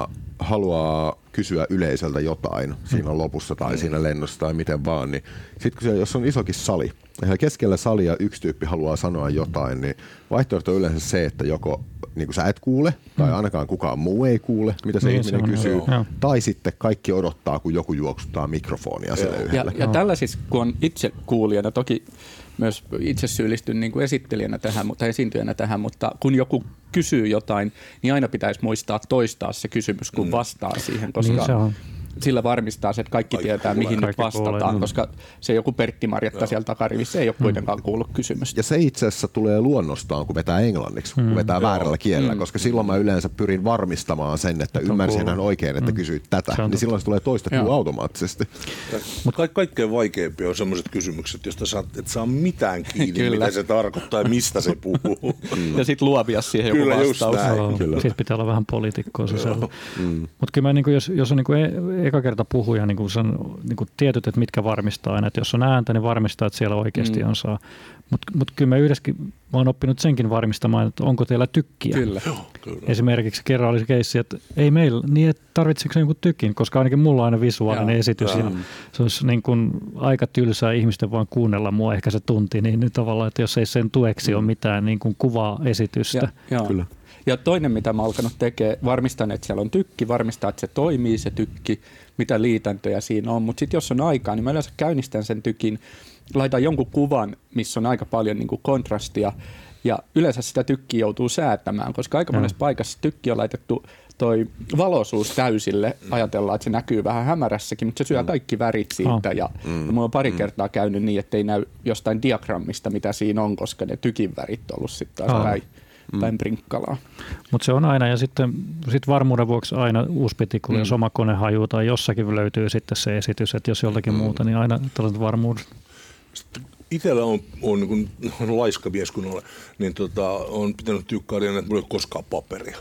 haluaa kysyä yleisöltä jotain siinä lopussa tai siinä lennossa tai miten vaan, niin sitten jos on isokin sali, ja keskellä salia yksi tyyppi haluaa sanoa jotain, niin vaihtoehto on yleensä se, että joko niin kuin sä et kuule, tai ainakaan kukaan muu ei kuule, mitä se ihminen kysyy, tai sitten kaikki odottaa, kun joku juoksuttaa mikrofonia sille yhdelle. Ja tällaisissa, kun on itse kuulijana, toki myös itse syyllistyn niin kuin esittelijänä tähän, tai esiintyjänä tähän, mutta kun joku kysyy jotain, niin aina pitäisi muistaa toistaa se kysymys, kun vastaa siihen, koska sillä varmistaa se, että kaikki tietää, mihin nyt vastataan, koska se joku Pertti Marjatta siellä takarivissä ei ole kuitenkaan kuullut kysymystä. Ja se itse asiassa tulee luonnostaan, kun vetää englanniksi, kun vetää väärällä kielellä, koska silloin mä yleensä pyrin varmistamaan sen, että ymmärsin hän oikein, että kysyit tätä, niin silloin se tulee toistettua automaattisesti. Mutta kaikkein vaikeampi on sellaiset kysymykset, joista et saa mitään kiinni, mitä se tarkoittaa ja mistä se puhuu. Ja sitten luovia siihen joku vastaus. Sitten pitää olla vähän poliitikkoa sisällä. Mutta kyllä mä, jos on eka kerta puhuja, niin se on niin tietyt, että mitkä varmistaa aina. Että jos on ääntä, niin varmistaa, että siellä oikeasti on saa. Mutta kyllä mä yhdessäkin mä oon oppinut senkin varmistamaan, että onko teillä tykkiä. Kyllä. Esimerkiksi kerran oli se keissi, että ei meillä, niin että tarvitseeko se jonkun tykin, koska ainakin mulla on aina visuaalinen esitys. Ja se olisi niin kuin aika tylsää ihmisten vaan kuunnella mua ehkä se tunti, niin tavallaan, että jos ei sen tueksi ole mitään niin kuin kuvaa esitystä. Kyllä. Ja toinen, mitä mä oon alkanut tekemään, varmistan, että siellä on tykki, varmistaa, että se toimii se tykki, mitä liitäntöjä siinä on. Mutta sitten jos on aikaa, niin mä yleensä käynnistän sen tykin, laitan jonkun kuvan, missä on aika paljon niin kuin kontrastia, ja yleensä sitä tykkiä joutuu säätämään, koska aika monessa paikassa tykki on laitettu toi valoisuus täysille, ajatellaan, että se näkyy vähän hämärässäkin, mutta se syö kaikki värit siitä, ja mulla on pari kertaa käynyt niin, että ei näy jostain diagrammista, mitä siinä on, koska ne tykin värit on ollut sitten taas päin prinkkalaa. Mutta se on aina, ja sitten varmuuden vuoksi aina uusi pitikuli, jos oma kone hajuu tai jossakin löytyy sitten se esitys, että jos jollakin muuta, niin aina tällaiset varmuudet. Itsellä on niin laiska mies kun olen, niin on pitänyt tykkäillä, että mulla ei ole koskaan paperia.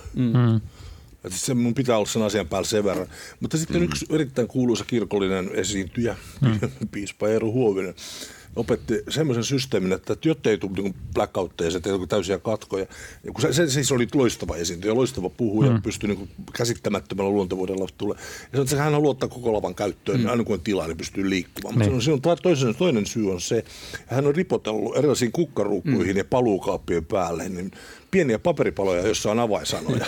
Se mun pitää olla sen asian päällä sen verran. Mutta sitten yksi erittäin kuuluisa kirkollinen esiintyjä, piispa Eero Huovinen, opetti semmoisen systeemin, että jotta ei tule niin blackoutteja, että ei tule täysiä katkoja. Ja kun se siis oli loistava esiintyjä, loistava puhuja, pystyi niin käsittämättömällä luontevuudella tulee. Ja se, hän haluaa ottaa koko lavan käyttöön, aina kun on tilaa, niin pystyy liikkumaan. Mutta toinen syy on se, että hän on ripotellut erilaisiin kukkaruukkuihin ja paluukaappien päälle niin pieniä paperipaloja, joissa on avainsanoja.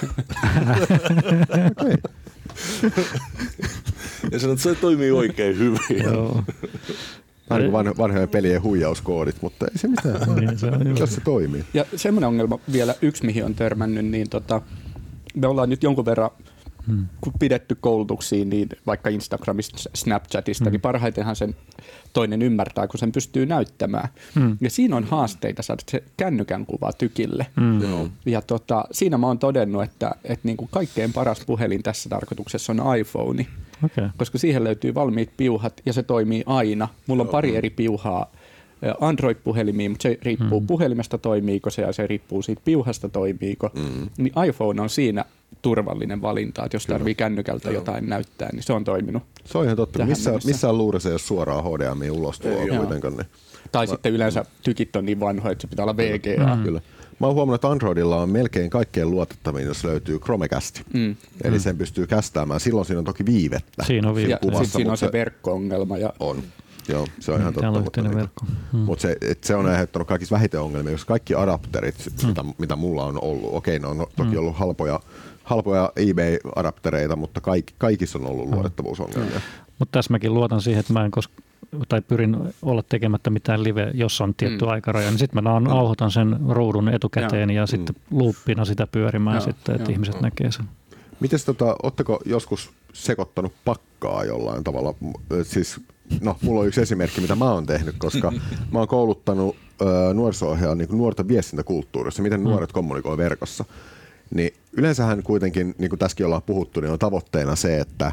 Ja sanoo, että se toimii oikein hyvin. Vähän kuin vanhojen pelien huijauskoodit, mutta ei se mitään, jos se toimii. Ja semmoinen ongelma vielä yksi, mihin on törmännyt, niin me ollaan nyt jonkun verran pidetty koulutuksiin, niin vaikka Instagramista, Snapchatista, niin parhaitenhan sen toinen ymmärtää, kun sen pystyy näyttämään. Ja siinä on haasteita saada se kännykän kuva tykille. Ja siinä mä oon todennut, että niin kuin kaikkein paras puhelin tässä tarkoituksessa on iPhone, koska siihen löytyy valmiit piuhat ja se toimii aina. Mulla on pari eri piuhaa Android-puhelimiin, mutta se riippuu puhelimesta toimiiko se ja se riippuu siitä piuhasta toimiiko. Niin iPhone on siinä turvallinen valinta, että jos tarvii kännykältä jotain näyttää, niin se on toiminut. Se on ihan totta. Missään luurissa ei ole suoraan HDMI ulostuloa kuitenkaan. Niin. Tai sitten yleensä tykit on niin vanhoja, että se pitää olla VGA. Kyllä. Mä oon huomannut, että Androidilla on melkein kaikkein luotettavin, jos löytyy Chromecast. Eli sen pystyy kästäämään. Silloin siinä on toki viivettä. Siinä on viivettä. Ja sitten siinä on se verkko-ongelma. Ja Joo, se on ihan Täällä on totta. yhteinen verkko. Mutta se on aiheuttanut kaikista vähiten ongelmia, koska kaikki adapterit, mitä mulla on ollut, okei, ne on toki ollut halpoja eBay-adaptereita, mutta kaikissa on ollut luotettavuusongelmia. Mutta tässä mäkin luotan siihen, että mä en pyrin olla tekemättä mitään live, jos on tietty aikaraja, niin sitten mä nauhoitan sen ruudun etukäteen ja sitten luuppina sitä pyörimään sitten, että ihmiset näkee sen. Mites ootteko joskus sekoittanut pakkaa jollain tavalla? Siis, mulla on yksi esimerkki, mitä mä oon tehnyt, koska mä oon kouluttanut nuoriso-ohjaa niin nuorten viestintäkulttuurissa, miten nuoret kommunikoi verkossa. Niin yleensähän kuitenkin, niin kuin tässäkin ollaan puhuttu, niin on tavoitteena se, että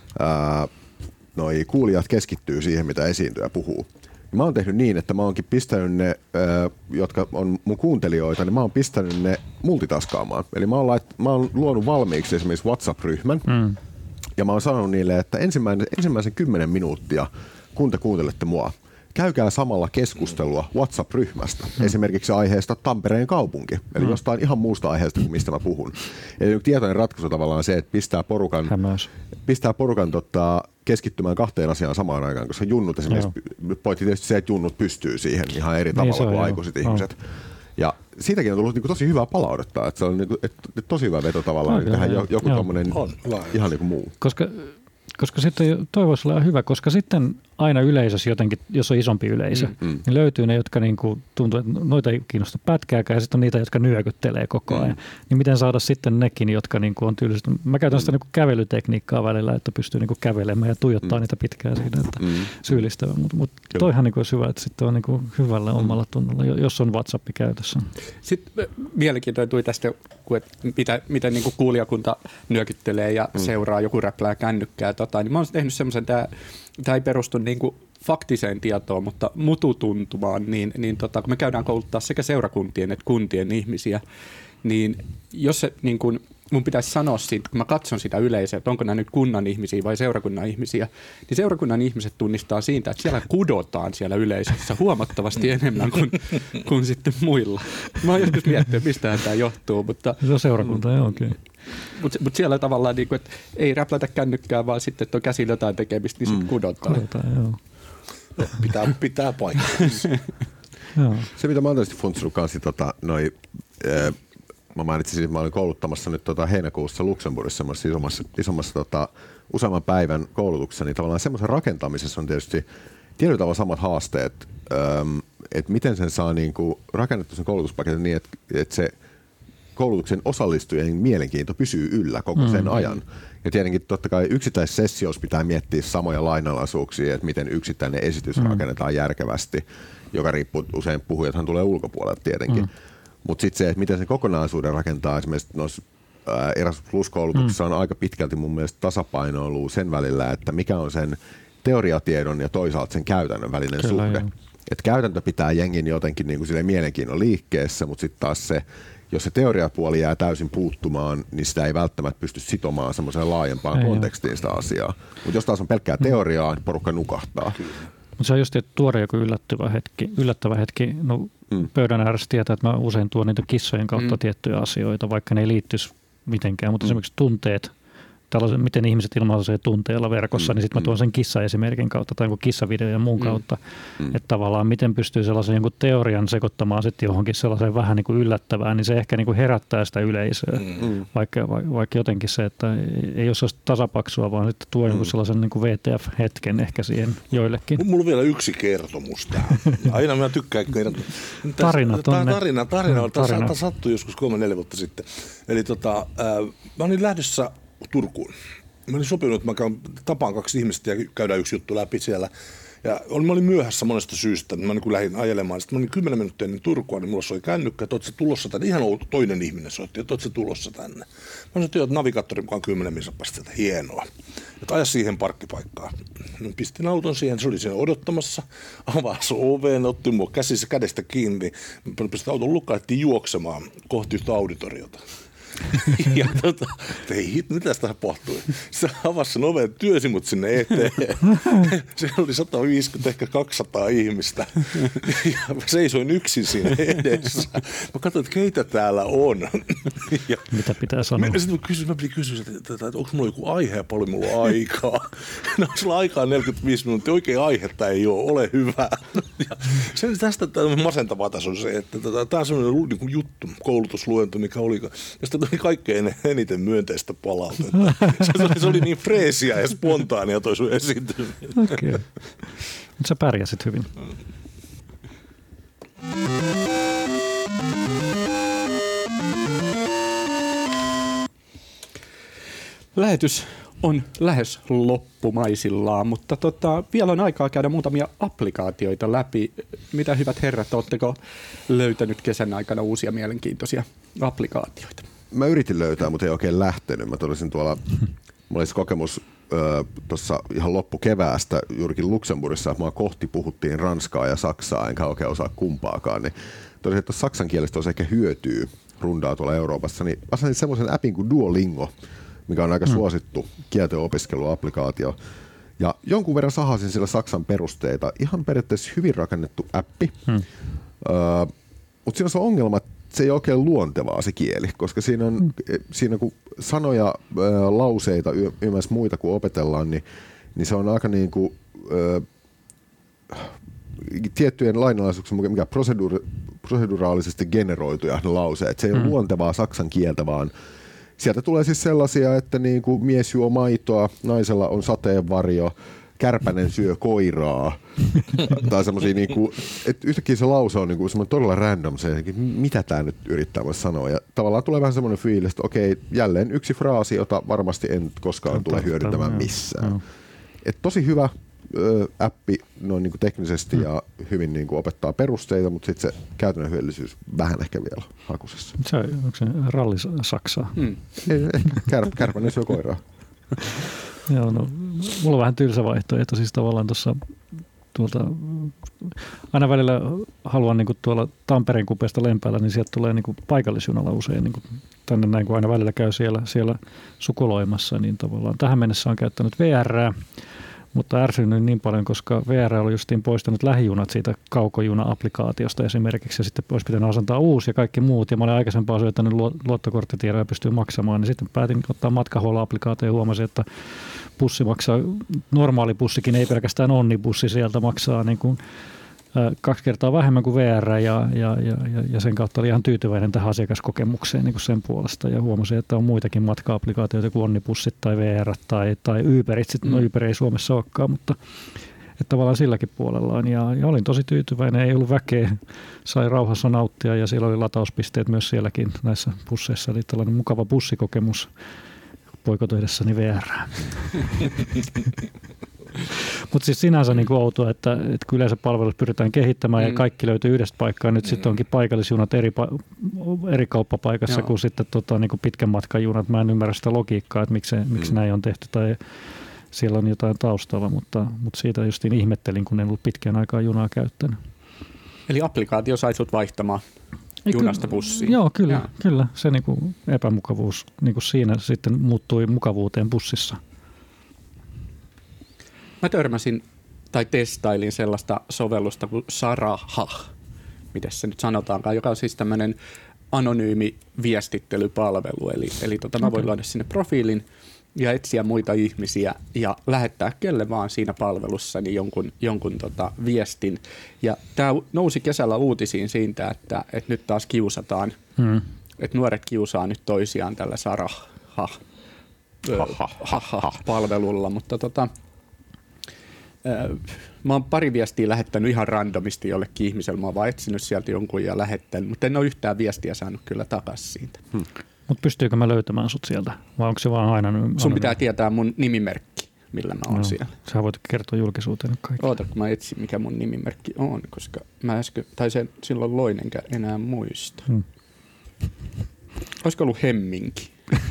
noi kuulijat keskittyy siihen, mitä esiintyjä puhuu. Mä oon tehnyt niin, että mä oonkin pistänyt ne, jotka on mun kuuntelijoita, niin mä oon pistänyt ne multitaskaamaan. Eli mä oon luonut valmiiksi esimerkiksi WhatsApp-ryhmän, ja mä oon sanonut niille, että ensimmäisen 10 minuuttia, kun te kuuntelette mua, käykää samalla keskustelua WhatsApp-ryhmästä, esimerkiksi aiheesta Tampereen kaupunki, eli jostain ihan muusta aiheesta kuin mistä mä puhun. Eli tietoinen ratkaisu tavallaan se, että pistää porukan keskittymään 2 asiaan samaan aikaan, koska junnut esimerkiksi, pointti tietysti se, että junnut pystyy siihen ihan eri tavalla kuin aikuiset ihmiset. Ja siitäkin on tullut tosi hyvää palautetta, että se on tosi hyvä veto tavallaan tähän joku tommonen ihan niin kuin muu. Koska sitten toi voisi olla hyvä, koska sitten aina yleisössä jotenkin, jos on isompi yleisö, niin löytyy ne, jotka niinku tuntuu, että noita ei kiinnosta pätkääkään, ja sitten on niitä, jotka nyökyttelee koko ajan. Niin miten saada sitten nekin, jotka niinku on tyyliset. Mä käytän sitä niinku kävelytekniikkaa välillä, että pystyy niinku kävelemään ja tuijottaa niitä pitkään siinä, että syyllistävä. Mutta toihan niinku olisi hyvä, että sitten on niinku hyvällä omalla tunnolla, jos on WhatsApp käytössä. Sitten mielenkiintoinen tuli tästä, miten niinku kuulijakunta nyökyttelee ja seuraa, joku räplää kännykkää. Niin mä oon tehnyt semmoisen, tämä ei perustu niinku faktiseen tietoon, mutta mututuntumaan, niin kun me käydään kouluttaa sekä seurakuntien että kuntien ihmisiä, niin jos se niin kun mun pitäisi sanoa siitä, kun mä katson sitä yleisöä, että onko nämä nyt kunnan ihmisiä vai seurakunnan ihmisiä, niin seurakunnan ihmiset tunnistaa siitä, että siellä kudotaan siellä yleisössä huomattavasti enemmän kuin sitten muilla. Mä oon joskus miettinyt, mistähän tämä johtuu. Mutta, se on seurakunta, joo, okei. Mutta siellä tavallaan, niin kuin, että ei räplätä kännykkää, vaan sitten, että on käsillä jotain tekemistä, niin sitten kudotaan. Joo. Pitää paikkaa. Se, mitä mä oon tietysti funtsinut kanssa, mä mainitsin, että mä olin kouluttamassa nyt heinäkuussa Luxemburgissa isommassa useamman päivän koulutuksessa, niin tavallaan semmoisen rakentamisessa on tietysti tietyllä tavalla samat haasteet, että miten sen saa niinku rakennettu sen koulutuspaketin niin, että se koulutuksen osallistujien mielenkiinto pysyy yllä koko sen ajan. Ja tietenkin totta kai yksittäisissä sessioissa pitää miettiä samoja lainalaisuuksia, että miten yksittäinen esitys rakennetaan järkevästi, joka riippuu usein puhujathan tulee ulkopuolelta tietenkin. Mutta sitten se, että miten sen kokonaisuuden rakentaa, esimerkiksi noissa Erasmus Plus-koulutuksessa on aika pitkälti mun mielestä tasapainoilua sen välillä, että mikä on sen teoriatiedon ja toisaalta sen käytännön välinen suhde. Että käytäntö pitää jengin jotenkin niin kuin mielenkiinnon liikkeessä, mutta sitten taas se, jos se teoriapuoli jää täysin puuttumaan, niin sitä ei välttämättä pysty sitomaan semmoiseen laajempaan kontekstiin sitä asiaa. Mutta jos taas on pelkkää teoriaa, niin porukka nukahtaa. Mutta se on just tuore joku yllättävä hetki. No, pöydän ääressä tietää, että mä usein tuon niitä kissojen kautta tiettyjä asioita, vaikka ne ei liittyisi mitenkään. Mutta esimerkiksi tunteet, miten ihmiset ilmaisee tunteella verkossa, niin sitten mä tuon sen kissaesimerkin kautta tai kissavideon ja muun kautta. Että tavallaan miten pystyy sellaisen jonkun teorian sekoittamaan sitten johonkin sellaiseen vähän niin kuin yllättävään, niin se ehkä niin kuin herättää sitä yleisöä. Vaikka jotenkin se, että ei ole sellaista tasapaksua, vaan sitten tuo jonkun sellaisen niin kuin VTF-hetken ehkä siihen joillekin. Mulla on vielä yksi kertomus tähän. Aina mä tykkään kertoa. Tarina. Tämä sattui joskus 3-4 vuotta sitten. Eli mä olin lähdössä Turkuun. Mä olin sopinut, että mä tapaan 2 ihmistä ja käydään yksi juttu läpi siellä. Ja mä olin myöhässä monesta syystä. Mä niin lähdin ajelemaan. Sitten mä olin 10 minuuttia ennen Turkua, niin mulla soi kännykkä, että oot sä tulossa tänne. Ihan toinen ihminen soitti, että oot sä tulossa tänne. Mä sanoin, että navigaattorin mukaan 10 minuuttia. Hienoa. Että aja siihen parkkipaikkaan. No, pistin auton siihen, se oli siinä odottamassa. Avasi oveen, otti mua kädestä kiinni. Pistin auton lukkaan, juoksemaan kohti yhtä auditoriota. Ja ei, mitä tästä tapahtui? Se avasi sen oven, työsi mut sinne eteen. Se oli 150, ehkä 200 ihmistä. Ja mä seisoin yksin siinä edessä. Mä katsoin, että keitä täällä on. Ja mitä pitää sanoa? Mä piti kysyä, että onko mulla joku aihe ja paljon mulla on aikaa. No, sulla aikaa 45 minuuttia, oikein aihetta ei ole hyvä. Ja tästä masentavaa tässä on se, että tämä on sellainen niin juttu, koulutusluento, mikä oli, josta tuli kaikkein eniten myönteistä palautetta. Se oli niin freesiä ja spontaania toi sun esiintyminen. Okei. Mutta sä pärjäsit hyvin. Lähetys on lähes loppumaisillaan, mutta vielä on aikaa käydä muutamia applikaatioita läpi. Mitä hyvät herrat, ootteko löytänyt kesän aikana uusia mielenkiintoisia applikaatioita? Mä yritin löytää, mutta ei oikein lähtenyt. Mä tulisin mulla oli kokemus tuossa ihan loppukeväästä juurikin Luxemburgissa, että kohti puhuttiin ranskaa ja saksaa, enkä oikein osaa kumpaakaan. Niin tosiaan, että saksan kielestä olisi ehkä hyötyä rundaa tuolla Euroopassa, niin asentin semmoisen appin kuin Duolingo, mikä on aika suosittu kielten opiskeluapplikaatio. Ja jonkun verran sahasin sillä saksan perusteita. Ihan periaatteessa hyvin rakennettu appi, mutta siinä on se ongelma, että se ei ole oikein luontevaa se kieli, koska siinä kun sanoja, lauseita ymmärrässä muita kun opetellaan, niin se on aika niin kuin tiettyjen lainalaisuuksien mikä proseduraalisesti generoituja ne lauseet. Se ei ole luontevaa saksan kieltä, vaan sieltä tulee siis sellaisia, että niin kuin mies juo maitoa, naisella on sateenvarjo, kärpänen syö koiraa. Tai semmosia niinku, että yhtäkkiä se lause on niinku semmoinen todella random se, mitä tää nyt yrittää sanoa. Ja tavallaan tulee vähän semmoinen fiilis, että okei, jälleen yksi fraasi, jota varmasti en koskaan tule hyödyntämään missään. Et tosi hyvä appi noin niinku teknisesti ja hyvin niinku opettaa perusteita, mutta sitten se käytännön hyödyllisyys vähän ehkä vielä hakusessa. Onko se ralli Saksaa? Ehkä kärpänen syö koiraa. Joo, no, mulla on vähän tylsä vaihtoehto, siis tavallaan aina välillä haluan niin tuolla Tampereen kupeesta Lempäälä, niin sieltä tulee niin paikallisjunalla usein niin tänne näin, kun aina välillä käy siellä sukuloimassa, niin tavallaan tähän mennessä on käyttänyt VR:ää, mutta ärsynyt niin paljon, koska VR oli justiin poistanut lähijunat siitä kaukojuna-applikaatiosta esimerkiksi, ja sitten olisi pitänyt asentaa uusi ja kaikki muut, ja mä olin aikaisempaa syöttänyt luottokorttitiedon ja pystyy maksamaan, niin sitten päätin ottaa matkahuollo-applikaatio ja huomasin, että bussi maksaa, normaali bussikin, ei pelkästään onnibussi, sieltä maksaa niin kuin 2 kertaa vähemmän kuin VR ja sen kautta oli ihan tyytyväinen tähän asiakaskokemukseen niin kuin sen puolesta ja huomasin, että on muitakin matka-applikaatioita kuin onnibussit tai VR tai Uberit. Sitten Uber ei Suomessa olekaan, mutta että tavallaan silläkin puolellaan ja olin tosi tyytyväinen, ei ollut väkeä, sai rauhassa nauttia ja siellä oli latauspisteet myös sielläkin näissä busseissa, eli tällainen mukava bussikokemus boikotoidessani VR. Mutta siis sinänsä niin kuin outoa, että kun yleensä palvelut pyritään kehittämään ja kaikki löytyy yhdestä paikkaa. Nyt sitten onkin paikallisjunat eri kauppapaikassa kuin sitten niin kuin pitkän matkan junat. Mä en ymmärrä sitä logiikkaa, että miksi näin on tehty tai siellä on jotain taustalla, mutta siitä justiin ihmettelin, kun en ollut pitkään aikaa junaa käyttänyt. Eli applikaatio sai sut vaihtamaan junasta bussiin? Joo, kyllä. Se niin kuin epämukavuus niin kuin siinä sitten muuttui mukavuuteen bussissa. Mä törmäsin tai testailin sellaista sovellusta kuin Sarah, miten se nyt sanotaankaan, joka on siis tämmöinen anonyymi viestittelypalvelu. Eli mä voin luoda sinne profiilin ja etsiä muita ihmisiä ja lähettää kelle vaan siinä palvelussa niin jonkun viestin. Ja tämä nousi kesällä uutisiin siitä, että nyt taas kiusataan, että nuoret kiusaa nyt toisiaan tällä Sarah-palvelulla, mutta mä oon pari viestiä lähettänyt ihan randomisti jollekin ihmiselle. Mä oon vaan etsinyt sieltä jonkun ja lähettänyt, mutta en ole yhtään viestiä saanut kyllä takaisin siitä. Mutta pystyykö mä löytämään sut sieltä? Vai onko se vaan aina? Sun pitää tietää mun nimimerkki, millä mä oon siellä. Sä voit kertoa julkisuuteen kaikki. Oota, kun mä etsin, mikä mun nimimerkki on, koska mä äsken, tai se silloin loin enkä enää muista. Olisiko ollut Hemminki?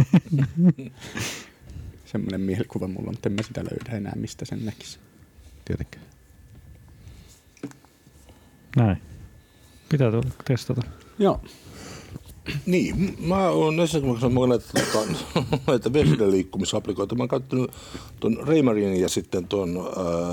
Semmoinen mielikuva mulla on, mutta en mä sitä löydä enää, mistä sen näkisi. Tietenkin. Näin. Pitää testata. Joo. Niin, mä oon esimerkiksi näitä vesiden liikkumisapplikoita. Mä oon käyttänyt tuon Raymarinin ja sitten tuon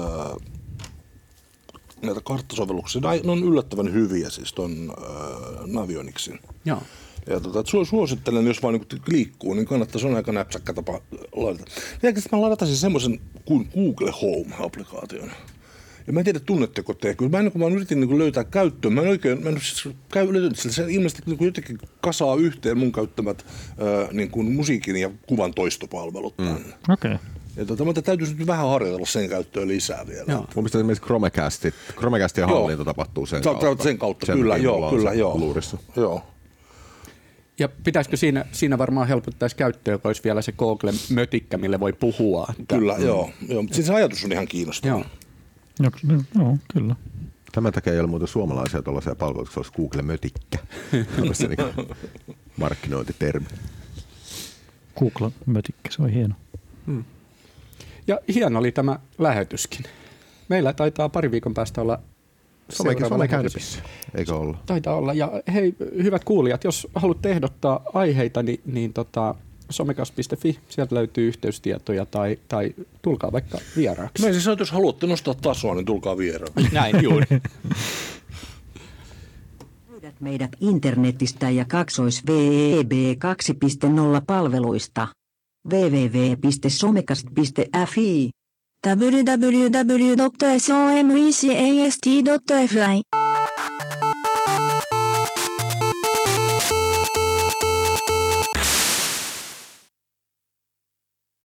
näitä karttasovelluksia. Ne on yllättävän hyviä siis tuon Navionicsin. Joo. Ja suosittelen, jos vaan niin liikkuu, niin kannattaa, se on aika näpsäkkä tapa ladata. Mä ladatasin semmoisen kuin Google Home-applikaation. Ja mä en tiedä, tunnetteko te. Kyllä mä vaan yritin niin löytää käyttöön. Mä en löytänyt sillä. Se ilmeisesti niin jotenkin kasaa yhteen mun käyttämät niin kuin musiikin ja kuvan toistopalvelut tänne. Okei. Ja mutta täytyisi nyt vähän harjoitella sen käyttöön lisää vielä. Mun mielestä esimerkiksi Chromecastin hallinto tapahtuu sen kautta. Sen kautta, kyllä, joo. Luurissa. Joo. Ja pitäisikö siinä varmaan helpottaisi käyttöä, kun olisi vielä se Google-mötikkä, mille voi puhua. Kyllä, joo. Mutta siis se ajatus on ihan kiinnostava. Joo, kyllä. Tämän takia ei ole muuten suomalaisia tuollaisia palveluita, se olisi Google-mötikkä. Se niin markkinointitermi. Google-mötikkä, se on hieno. Ja hieno oli tämä lähetyskin. Meillä taitaa pari viikon päästä olla seuraava lähetys. Eikö olla? Taitaa olla. Ja hei, hyvät kuulijat, jos haluatte ehdottaa aiheita, niin somecast.fi, sieltä löytyy yhteystietoja tai tulkaa vaikka vieraaksi. No siis jos haluatte nostaa tasoa, niin tulkaa vieraaksi. Näin juuri. Löydät meidät internetistä ja /web 2.0 palveluista. www.somecast.fi www.somecast.fi